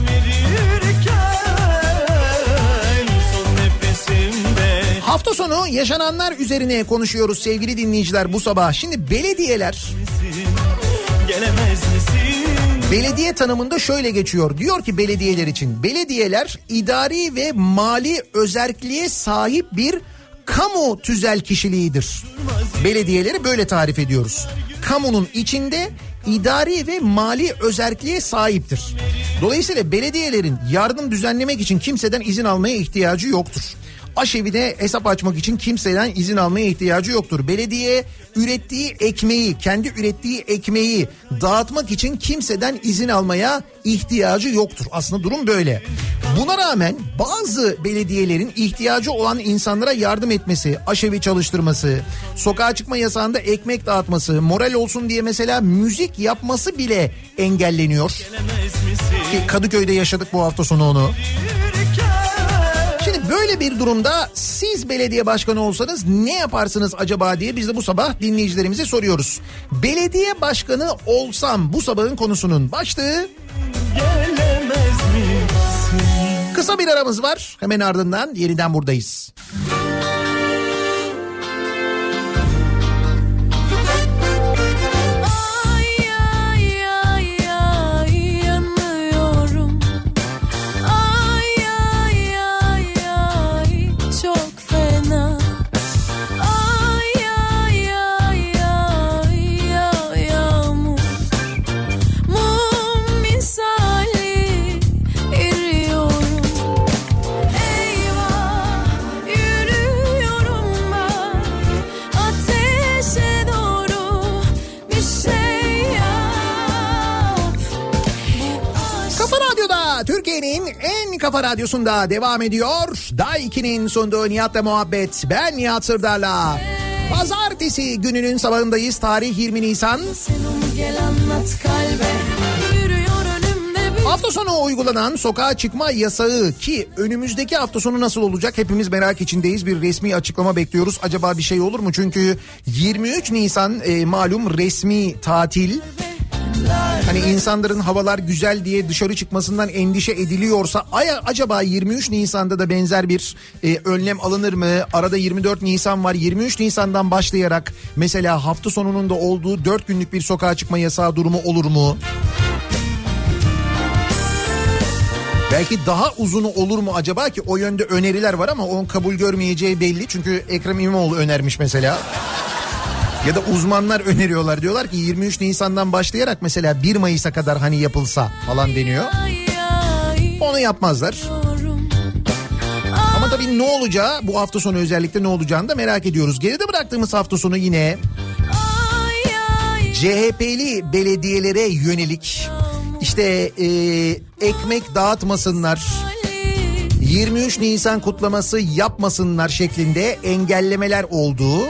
B: Hafta sonu yaşananlar üzerine konuşuyoruz sevgili dinleyiciler bu sabah. Şimdi belediyeler... Gelemez misin? Belediye tanımında şöyle geçiyor. Diyor ki belediyeler için belediyeler idari ve mali özerkliğe sahip bir kamu tüzel kişiliğidir. Belediyeleri böyle tarif ediyoruz. Kamunun içinde idari ve mali özerkliğe sahiptir. Dolayısıyla belediyelerin yardım düzenlemek için kimseden izin almaya ihtiyacı yoktur. Aşevi'de hesap açmak için kimseden izin almaya ihtiyacı yoktur. Belediye ürettiği ekmeği, kendi ürettiği ekmeği dağıtmak için kimseden izin almaya ihtiyacı yoktur. Aslında durum böyle. Buna rağmen bazı belediyelerin ihtiyacı olan insanlara yardım etmesi, aşevi çalıştırması, sokağa çıkma yasağında ekmek dağıtması, moral olsun diye mesela müzik yapması bile engelleniyor. Ki Kadıköy'de yaşadık bu hafta sonu onu. Şimdi böyle bir durumda siz belediye başkanı olsanız ne yaparsınız acaba diye biz de bu sabah dinleyicilerimize soruyoruz. Belediye başkanı olsam bu sabahın konusunun başlığı. Gelemez misin? Kısa bir aramız var, hemen ardından yeniden buradayız. Türkiye'nin en kafa radyosunda devam ediyor. Day iki'nin sunduğu Nihat'la muhabbet. Ben Nihat Sırdar'la. Pazartesi gününün sabahındayız. Tarih yirmi Nisan. Hafta sonu uygulanan sokağa çıkma yasağı ki önümüzdeki hafta sonu nasıl olacak hepimiz merak içindeyiz. Bir resmi açıklama bekliyoruz. Acaba bir şey olur mu? Çünkü yirmi üç Nisan e, malum resmi tatil. Hani insanların havalar güzel diye dışarı çıkmasından endişe ediliyorsa ay, acaba yirmi üç Nisan'da da benzer bir e, önlem alınır mı? Arada yirmi dört Nisan var. yirmi üç Nisan'dan başlayarak mesela hafta sonunun da olduğu dört günlük bir sokağa çıkma yasağı durumu olur mu? Belki daha uzunu olur mu acaba ki o yönde öneriler var ama onun kabul görmeyeceği belli. Çünkü Ekrem İmamoğlu önermiş mesela. Ya da uzmanlar öneriyorlar, diyorlar ki yirmi üç Nisan'dan başlayarak mesela bir Mayıs'a kadar hani yapılsa falan deniyor. Onu yapmazlar. Ama tabii ne olacağı, bu hafta sonu özellikle ne olacağını da merak ediyoruz. Geride bıraktığımız hafta sonu yine C H P'li belediyelere yönelik işte e, ekmek dağıtmasınlar, yirmi üç Nisan kutlaması yapmasınlar şeklinde engellemeler olduğu.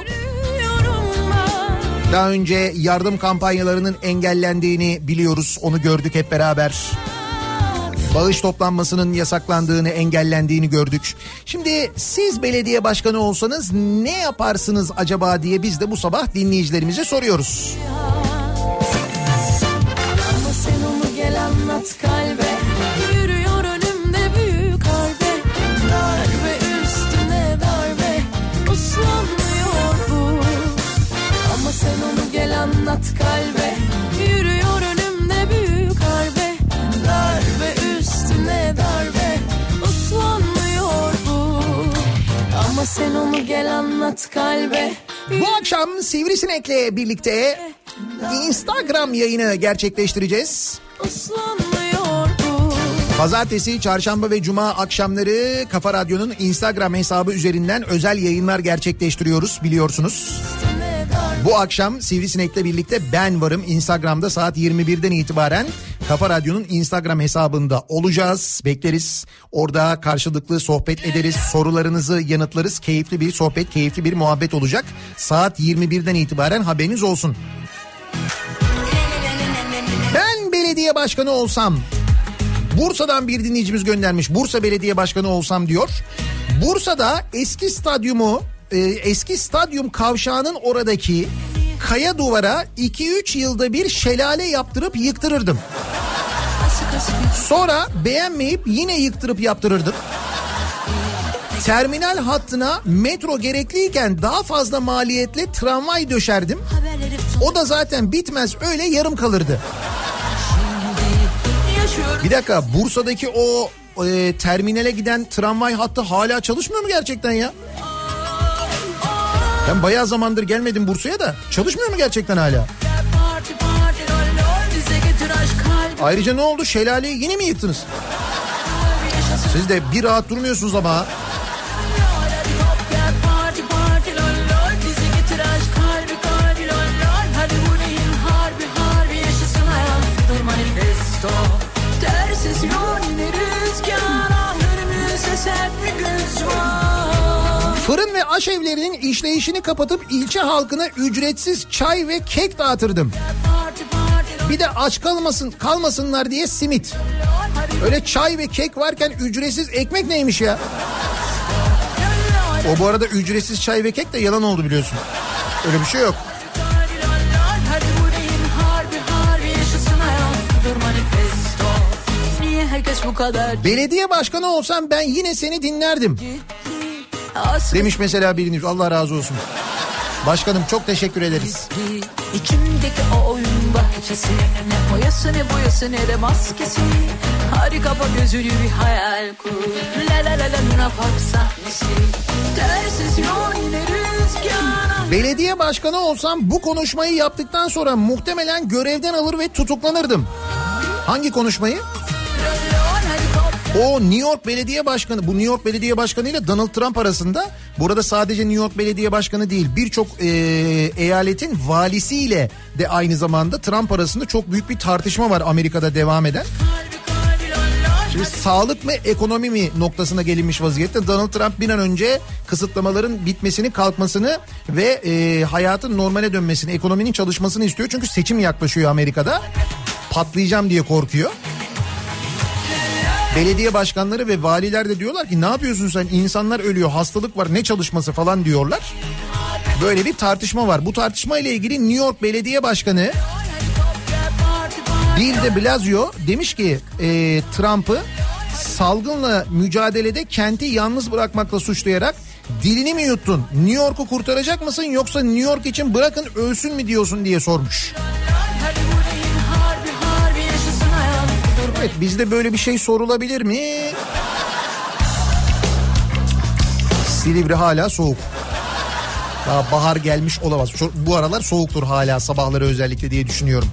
B: Daha önce yardım kampanyalarının engellendiğini biliyoruz, onu gördük hep beraber. Bağış toplanmasının yasaklandığını, engellendiğini gördük. Şimdi siz belediye başkanı olsanız ne yaparsınız acaba diye biz de bu sabah dinleyicilerimize soruyoruz.
C: Ama sen onu gel anlat kalbe, yürüyor önümde büyük harbe, darbe üstüne darbe, uslanmıyor bu. Ama sen onu gel anlat kalbe, yürüyor önümde büyük harbe, darbe üstüne darbe, uslanmıyor bu. Ama sen onu gel anlat kalbe.
B: Bu akşam Sivrisinek'le birlikte Instagram yayını gerçekleştireceğiz.
C: Uslanmıyor bu.
B: Pazartesi, çarşamba ve cuma akşamları Kafa Radyo'nun Instagram hesabı üzerinden özel yayınlar gerçekleştiriyoruz, biliyorsunuz. Bu akşam Sivrisinek'le birlikte ben varım. Instagram'da saat yirmi birden itibaren Kafa Radyo'nun Instagram hesabında olacağız. Bekleriz. Orada karşılıklı sohbet ederiz. Sorularınızı yanıtlarız. Keyifli bir sohbet, keyifli bir muhabbet olacak. Saat yirmi birden itibaren haberiniz olsun. Ben belediye başkanı olsam, Bursa'dan bir dinleyicimiz göndermiş. Bursa belediye başkanı olsam diyor. Bursa'da eski stadyumu, e, eski stadyum kavşağının oradaki kaya duvara iki üç yılda bir şelale yaptırıp yıktırırdım. Sonra beğenmeyip yine yıktırıp yaptırırdım. Terminal hattına metro gerekliyken daha fazla maliyetle tramvay döşerdim. O da zaten bitmez, öyle yarım kalırdı. Bir dakika, Bursa'daki o e, terminale giden tramvay hattı hala çalışmıyor mu gerçekten ya? Ben bayağı zamandır gelmedim Bursa'ya da, çalışmıyor mu gerçekten hala? Ayrıca ne oldu, şelaleyi yine mi yıktınız? Siz de bir rahat durmuyorsunuz ama. Fırın ve aşevlerinin işleyişini kapatıp ilçe halkına ücretsiz çay ve kek dağıtırdım. Bir de aç kalmasın kalmasınlar diye simit. Öyle çay ve kek varken ücretsiz ekmek neymiş ya? O bu arada ücretsiz çay ve kek de yalan oldu, biliyorsun. Öyle bir şey yok. Belediye başkanı olsam ben yine seni dinlerdim. Demiş mesela biriniz, Allah razı olsun. Başkanım çok teşekkür ederiz.
C: İçimdeki o oyun bahçesi, ne boyası ne boyası ne de maskesi. Harika bak gözünü bir hayal kur. La la la la Luna Park sahnesi. Tersiz yol yine rüzgar.
B: Belediye başkanı olsam bu konuşmayı yaptıktan sonra muhtemelen görevden alır ve tutuklanırdım. Hangi konuşmayı? O New York Belediye Başkanı, bu New York Belediye Başkanı ile Donald Trump arasında, burada sadece New York Belediye Başkanı değil, birçok e, eyaletin valisiyle de aynı zamanda Trump arasında çok büyük bir tartışma var Amerika'da devam eden. Şimdi sağlık mı ekonomi mi noktasına gelinmiş vaziyette. Donald Trump bir an önce kısıtlamaların bitmesini, kalkmasını ve e, hayatın normale dönmesini, ekonominin çalışmasını istiyor. Çünkü seçim yaklaşıyor Amerika'da. Patlayacağım diye korkuyor. Belediye başkanları ve valiler de diyorlar ki ne yapıyorsun sen, insanlar ölüyor, hastalık var, ne çalışması falan diyorlar. Böyle bir tartışma var. Bu tartışma ile ilgili New York Belediye Başkanı Bill de Blasio demiş ki e, Trump'ı salgınla mücadelede kenti yalnız bırakmakla suçlayarak dilini mi yuttun? New York'u kurtaracak mısın yoksa New York için bırakın ölsün mü diyorsun diye sormuş. Evet, bizde böyle bir şey sorulabilir mi? Silivri hala soğuk. Daha bahar gelmiş olamaz. Bu aralar soğuktur hala sabahları özellikle diye düşünüyorum.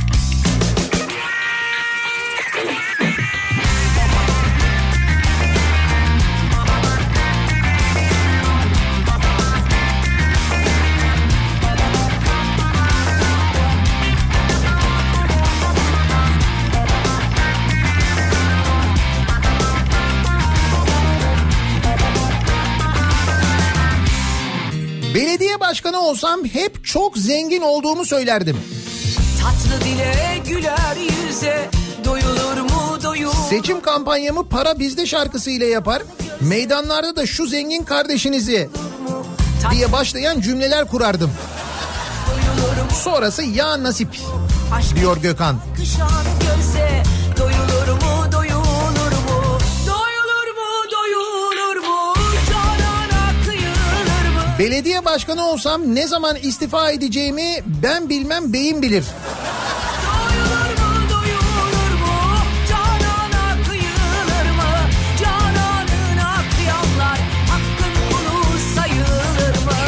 B: Belediye başkanı olsam hep çok zengin olduğumu söylerdim.
H: Tatlı dile güler yüze doyulur mu doyulur.
B: Seçim kampanyamı para bizde şarkısıyla yapar. Meydanlarda da şu zengin kardeşinizi diye başlayan cümleler kurardım. Sonrası ya nasip diyor Gökhan.
H: Kışan göze doyulur mu doyulur mu? Doyulur mu doyulur mu? Canana kıyılır mı?
B: Belediye başkanı olsam ne zaman istifa edeceğimi ben bilmem, beyim bilir.
H: Doyulur mu doyulur mu? Canana kıyılır mı? Cananına kıyanlar hakkın kulu sayılır mı?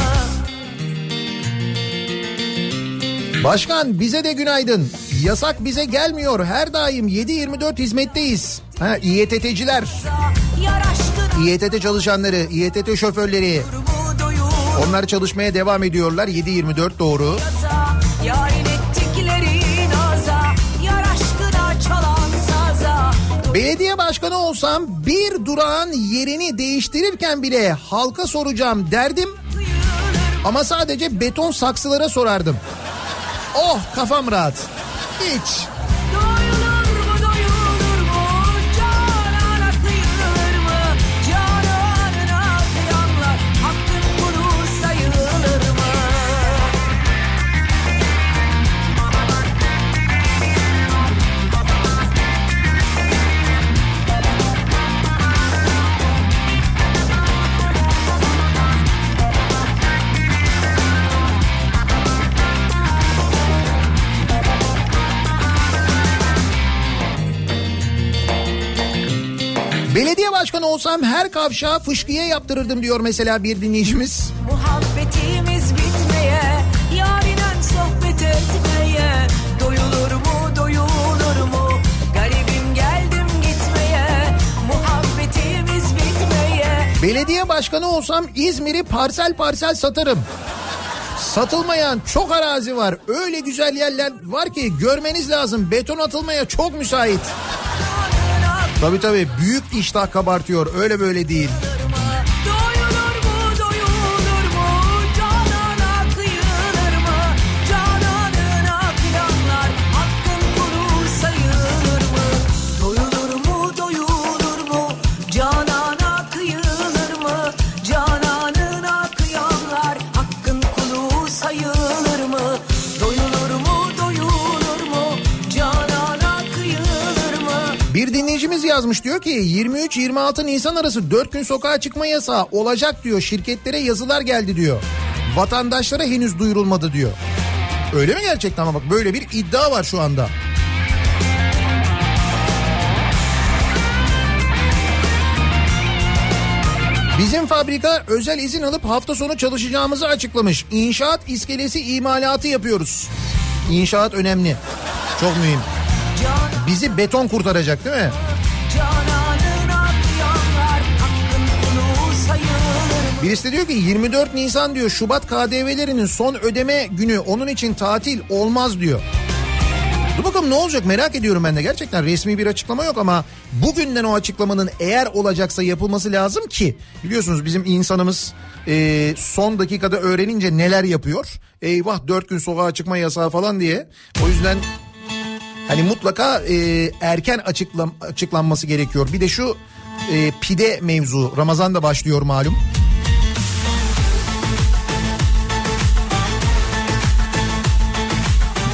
B: Başkan bize de günaydın. Yasak bize gelmiyor. Her daim yedi yirmi dört hizmetteyiz. Ha, İETT'ciler, İETT çalışanları, İETT şoförleri. Onlar çalışmaya devam ediyorlar. yedi yirmi dört doğru. Belediye başkanı olsam bir durağın yerini değiştirirken bile halka soracağım derdim. Ama sadece beton saksılara sorardım. Oh, kafam rahat. Hiç.
H: Doyulur mu doyulur mu? Canana kıyılır mı? Cananına kıyanlar hakkın kulu sayılır mı?
B: Belediye başkanı olsam her kavşağı fışkıya yaptırırdım diyor mesela bir dinleyicimiz.
H: Muhabbetimiz bitmeye, yarinen sohbet etmeye. Doyulur mu doyulur mu? Garibim geldim gitmeye. Muhabbetimiz bitmeye.
B: Belediye başkanı olsam İzmir'i parsel parsel satarım. Satılmayan çok arazi var. Öyle güzel yerler var ki görmeniz lazım. Beton atılmaya çok müsait. Tabii tabii, büyük iştah kabartıyor, öyle böyle değil.
H: Doyulur mu doyulur mu? Canana kıyılır mı? Cananına kıyanlar hakkın kulu sayılır mı? Doyulur mu doyulur mu? Canana kıyılır mı? Cananına kıyanlar hakkın kulu sayılır mı? Doyulur mu doyulur mu? Canana kıyılır mı?
B: Bir dinleyicimiz yazmış, diyor ki yirmi üç yirmi altı Nisan arası dört gün sokağa çıkma yasağı olacak diyor. Şirketlere yazılar geldi diyor. Vatandaşlara henüz duyurulmadı diyor. Öyle mi gerçekten? Ama bak, böyle bir iddia var şu anda. Bizim fabrika özel izin alıp hafta sonu çalışacağımızı açıklamış. İnşaat iskelesi imalatı yapıyoruz. İnşaat önemli. Çok mühim. Bizi beton kurtaracak değil mi? Birisi de diyor ki yirmi dört Nisan diyor Şubat K D V'lerinin son ödeme günü, onun için tatil olmaz diyor. Dur bakalım ne olacak, merak ediyorum ben de. Gerçekten resmi bir açıklama yok ama bugünden o açıklamanın eğer olacaksa yapılması lazım ki biliyorsunuz bizim insanımız e, son dakikada öğrenince neler yapıyor. Eyvah, dört gün sokağa çıkma yasağı falan diye. O yüzden hani mutlaka e, erken açıklan, açıklanması gerekiyor. Bir de şu e, pide mevzu, Ramazan da başlıyor malum.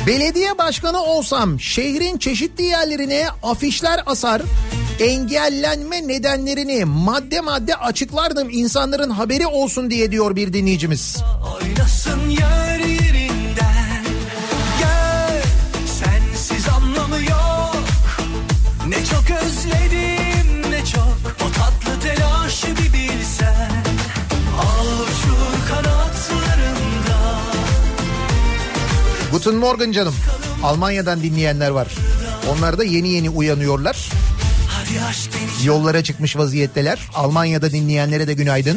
B: Belediye başkanı olsam şehrin çeşitli yerlerine afişler asar, engellenme nedenlerini madde madde açıklardım insanların haberi olsun diye diyor bir dinleyicimiz.
F: Oynasın yer yerinden. Gel, sensiz anlamı yok. Ne çok özledim, ne çok o tatlı telaşı bir bilsen. Al uçur kanatlarında.
B: Guten Morgen canım. Almanya'dan dinleyenler var. Onlar da yeni yeni uyanıyorlar. Yollara çıkmış vaziyetteler. Almanya'da dinleyenlere de günaydın.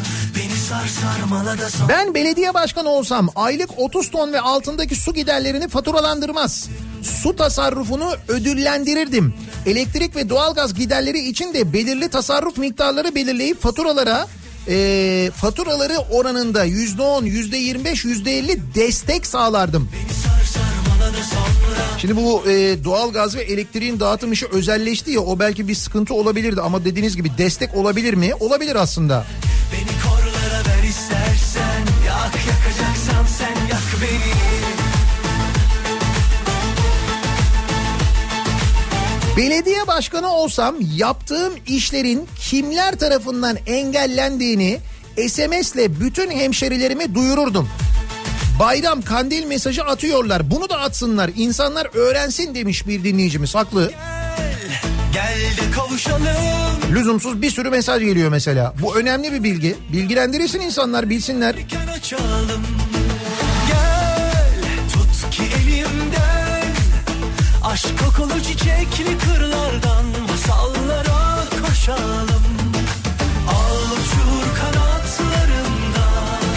B: Ben belediye başkanı olsam aylık otuz ton ve altındaki su giderlerini faturalandırmaz. Su tasarrufunu ödüllendirirdim. Elektrik ve doğalgaz giderleri için de belirli tasarruf miktarları belirleyip faturalara e, faturaları oranında yüzde on, yüzde yirmi beş, yüzde elli destek sağlardım. Şimdi bu e, doğalgaz ve elektriğin dağıtım işi özelleşti ya, o belki bir sıkıntı olabilirdi ama dediğiniz gibi destek olabilir mi? Olabilir aslında.
F: Beni korlara ver istersen, yak yakacaksan sen yak beni.
B: Belediye başkanı olsam yaptığım işlerin kimler tarafından engellendiğini S M S'le bütün hemşerilerime duyururdum. Bayram kandil mesajı atıyorlar, bunu da atsınlar, insanlar öğrensin demiş bir dinleyicimiz, haklı.
F: Gel, gel de kavuşalım.
B: Lüzumsuz bir sürü mesaj geliyor mesela. Bu önemli bir bilgi. Bilgilendirilsin insanlar, bilsinler.
F: Açalım. Gel, tut ki elimden. Aşk kokulu çiçekli kırlardan masallara koşalım. Al uçur kanatlarında.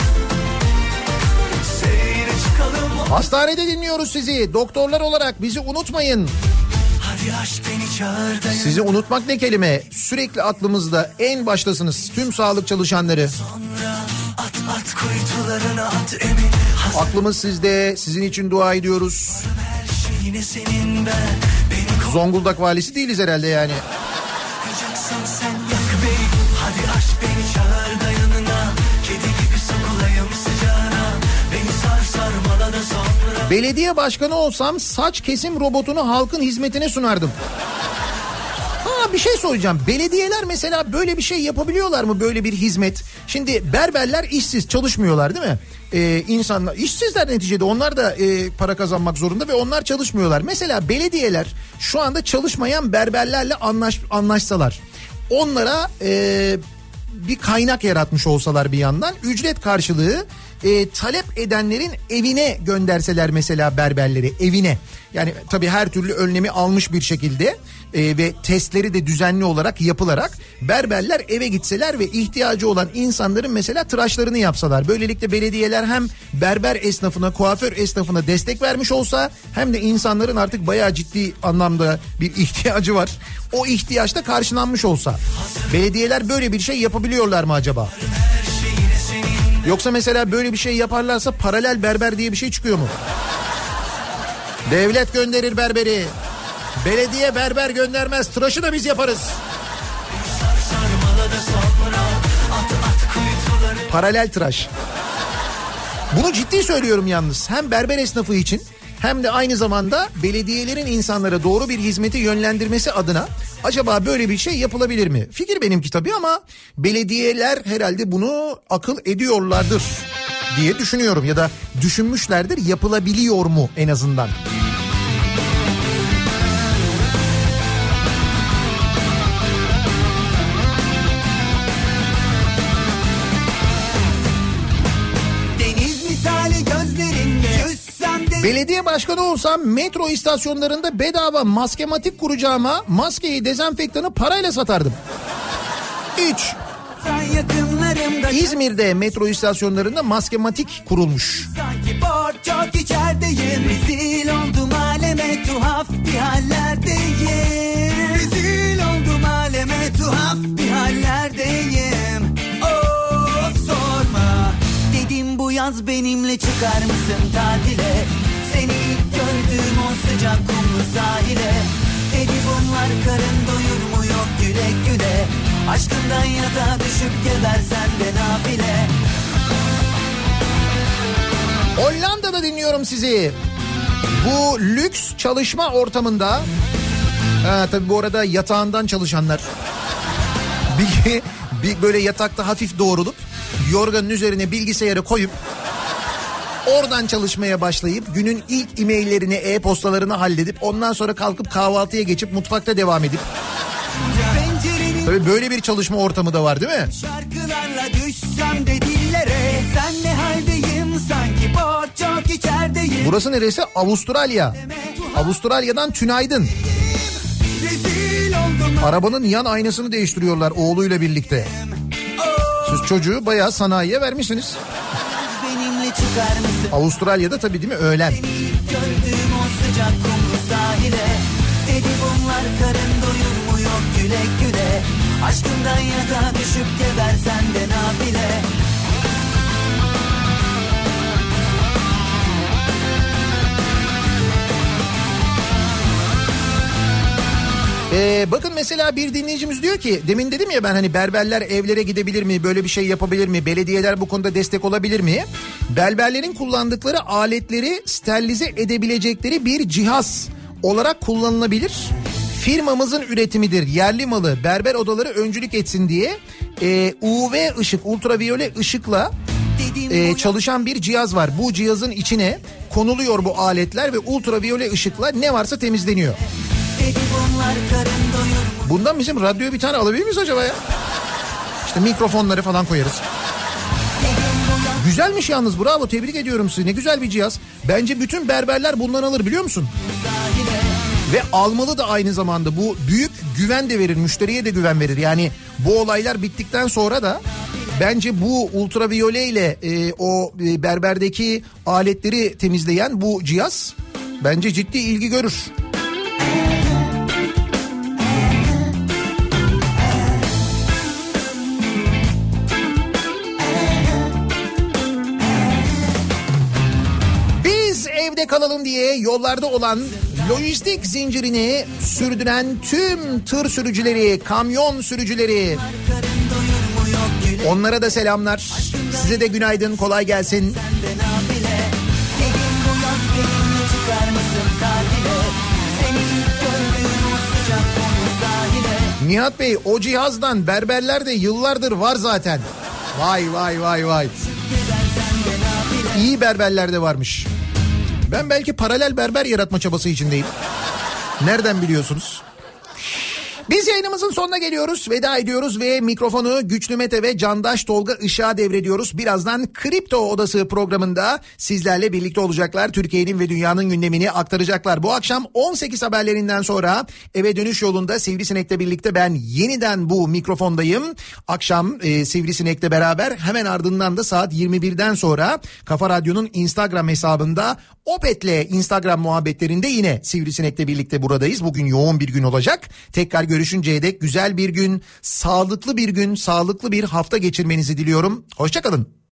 F: Seyre çıkalım.
B: Hastanede dinliyoruz sizi. Doktorlar olarak bizi unutmayın.
F: Hadi aşk beni çağır da.
B: Sizi unutmak ne kelime? Sürekli aklımızda, en baştasınız tüm sağlık çalışanları.
F: Sonra at at kuytularına at emin.
B: Aklımız sizde, sizin için dua ediyoruz.
F: Her şeyine senin ben. Beni
B: Zonguldak valisi değiliz herhalde yani.
F: korkacaksan sen yak beni. Hadi aşk beni çağır da yanına. Kedi gibi sokulayım sıcağına. Beni sar sarmala da sonra.
B: Belediye başkanı olsam saç kesim robotunu halkın hizmetine sunardım. Ha, bir şey soracağım. Belediyeler mesela böyle bir şey yapabiliyorlar mı, böyle bir hizmet? Şimdi berberler işsiz, çalışmıyorlar değil mi? Ee, insanlar işsizler neticede, onlar da e, para kazanmak zorunda ve onlar çalışmıyorlar. Mesela belediyeler şu anda çalışmayan berberlerle anlaş, anlaşsalar, onlara e, bir kaynak yaratmış olsalar bir yandan, ücret karşılığı e, talep edenlerin evine gönderseler mesela berberleri, evine. Yani tabii her türlü önlemi almış bir şekilde e, ve testleri de düzenli olarak yapılarak berberler eve gitseler ve ihtiyacı olan insanların mesela tıraşlarını yapsalar. Böylelikle belediyeler hem berber esnafına, kuaför esnafına destek vermiş olsa, hem de insanların artık bayağı ciddi anlamda bir ihtiyacı var. O ihtiyaç da karşılanmış olsa. Belediyeler böyle bir şey yapabiliyorlar mı acaba? Yoksa mesela böyle bir şey yaparlarsa paralel berber diye bir şey çıkıyor mu? Devlet gönderir berberi. Belediye berber göndermez. Tıraşı da biz yaparız. Paralel tıraş. Bunu ciddi söylüyorum yalnız. Hem berber esnafı için hem de aynı zamanda belediyelerin insanlara doğru bir hizmeti yönlendirmesi adına acaba böyle bir şey yapılabilir mi? Fikir benimki tabii ama belediyeler herhalde bunu akıl ediyorlardır diye düşünüyorum, ya da düşünmüşlerdir, yapılabiliyor mu en azından? Belediye başkanı olsam metro istasyonlarında bedava maskematik kuracağıma maskeyi, dezenfektanı parayla satardım. üç. İzmir'de metro istasyonlarında maskematik kurulmuş.
E: Sanki borç içerideyim. Rezil oldum aleme, tuhaf bir hallerdeyim. Rezil oldum aleme, tuhaf bir hallerdeyim. Of sorma. Dedim bu yaz benimle çıkar mısın tatile? Seni ilk gördüğüm o sıcak kumlu sahile. Dedi bunlar karın doyur mu, yok güle güle. Aşkından yatağa düşüp gebersen de nafile.
B: Hollanda'da dinliyorum sizi. Bu lüks çalışma ortamında, ha, tabii bu arada yatağından çalışanlar, bir, bir böyle yatakta hafif doğrulup yorganın üzerine bilgisayarı koyup oradan çalışmaya başlayıp günün ilk e-maillerini, e-postalarını halledip ondan sonra kalkıp kahvaltıya geçip mutfakta devam edip, tabii böyle bir çalışma ortamı da var değil mi?
E: Şarkılarla düşsem de dillere, sen ne haldeyim sanki çok içerideyim.
B: Burası neresi? Avustralya. Avustralya'dan tünaydın. Arabanın yan aynasını değiştiriyorlar oğluyla birlikte. Siz çocuğu bayağı sanayiye vermişsiniz. Avustralya'da tabii değil mi? Öğlen.
E: Gördüğüm o sıcak kumlu sahile, dedi bunlar karın doyurmuyor güle güle. Aşkından yatağa düşüp gebersen de nafile.
B: Ee, bakın mesela bir dinleyicimiz diyor ki, demin dedim ya ben hani berberler evlere gidebilir mi, böyle bir şey yapabilir mi, belediyeler bu konuda destek olabilir mi? Berberlerin kullandıkları aletleri sterilize edebilecekleri bir cihaz olarak kullanılabilir. Firmamızın üretimidir, yerli malı, berber odaları öncülük etsin diye e, U V ışık, ultraviyole ışıkla e, çalışan bir cihaz var. Bu cihazın içine konuluyor bu aletler ve ultraviyole ışıkla ne varsa temizleniyor. Bundan bizim radyoya bir tane alabilir miyiz acaba ya? İşte mikrofonları falan koyarız. Güzelmiş yalnız, bravo, tebrik ediyorum sizi, ne güzel bir cihaz. Bence bütün berberler bundan alır, biliyor musun? Ve almalı da aynı zamanda, bu büyük güven de verir, müşteriye de güven verir. Yani bu olaylar bittikten sonra da bence bu ultraviyole ile e, o e, berberdeki aletleri temizleyen bu cihaz bence ciddi ilgi görür. Evde kalalım diye yollarda olan lojistik zincirini sürdüren tüm tır sürücüleri, kamyon sürücüleri, onlara da selamlar. Size de günaydın, kolay gelsin. Nihat Bey, o cihazdan berberlerde yıllardır var zaten. Vay vay vay vay. İyi berberler de varmış. Ben belki paralel berber yaratma çabası içindeyim. Nereden biliyorsunuz? Biz yayınımızın sonuna geliyoruz, veda ediyoruz ve mikrofonu Güçlü Mete ve Candaş Tolga Işık'a devrediyoruz. Birazdan Kripto Odası programında sizlerle birlikte olacaklar. Türkiye'nin ve dünyanın gündemini aktaracaklar. Bu akşam on sekiz haberlerinden sonra eve dönüş yolunda Sivrisinek'le birlikte ben yeniden bu mikrofondayım. Akşam e, Sivrisinek'le beraber, hemen ardından da saat yirmi birden sonra Kafa Radyo'nun Instagram hesabında Opet'le Instagram muhabbetlerinde yine Sivrisinek'le birlikte buradayız. Bugün yoğun bir gün olacak. Tekrar görüşünceye dek güzel bir gün, sağlıklı bir gün, sağlıklı bir hafta geçirmenizi diliyorum. Hoşça kalın.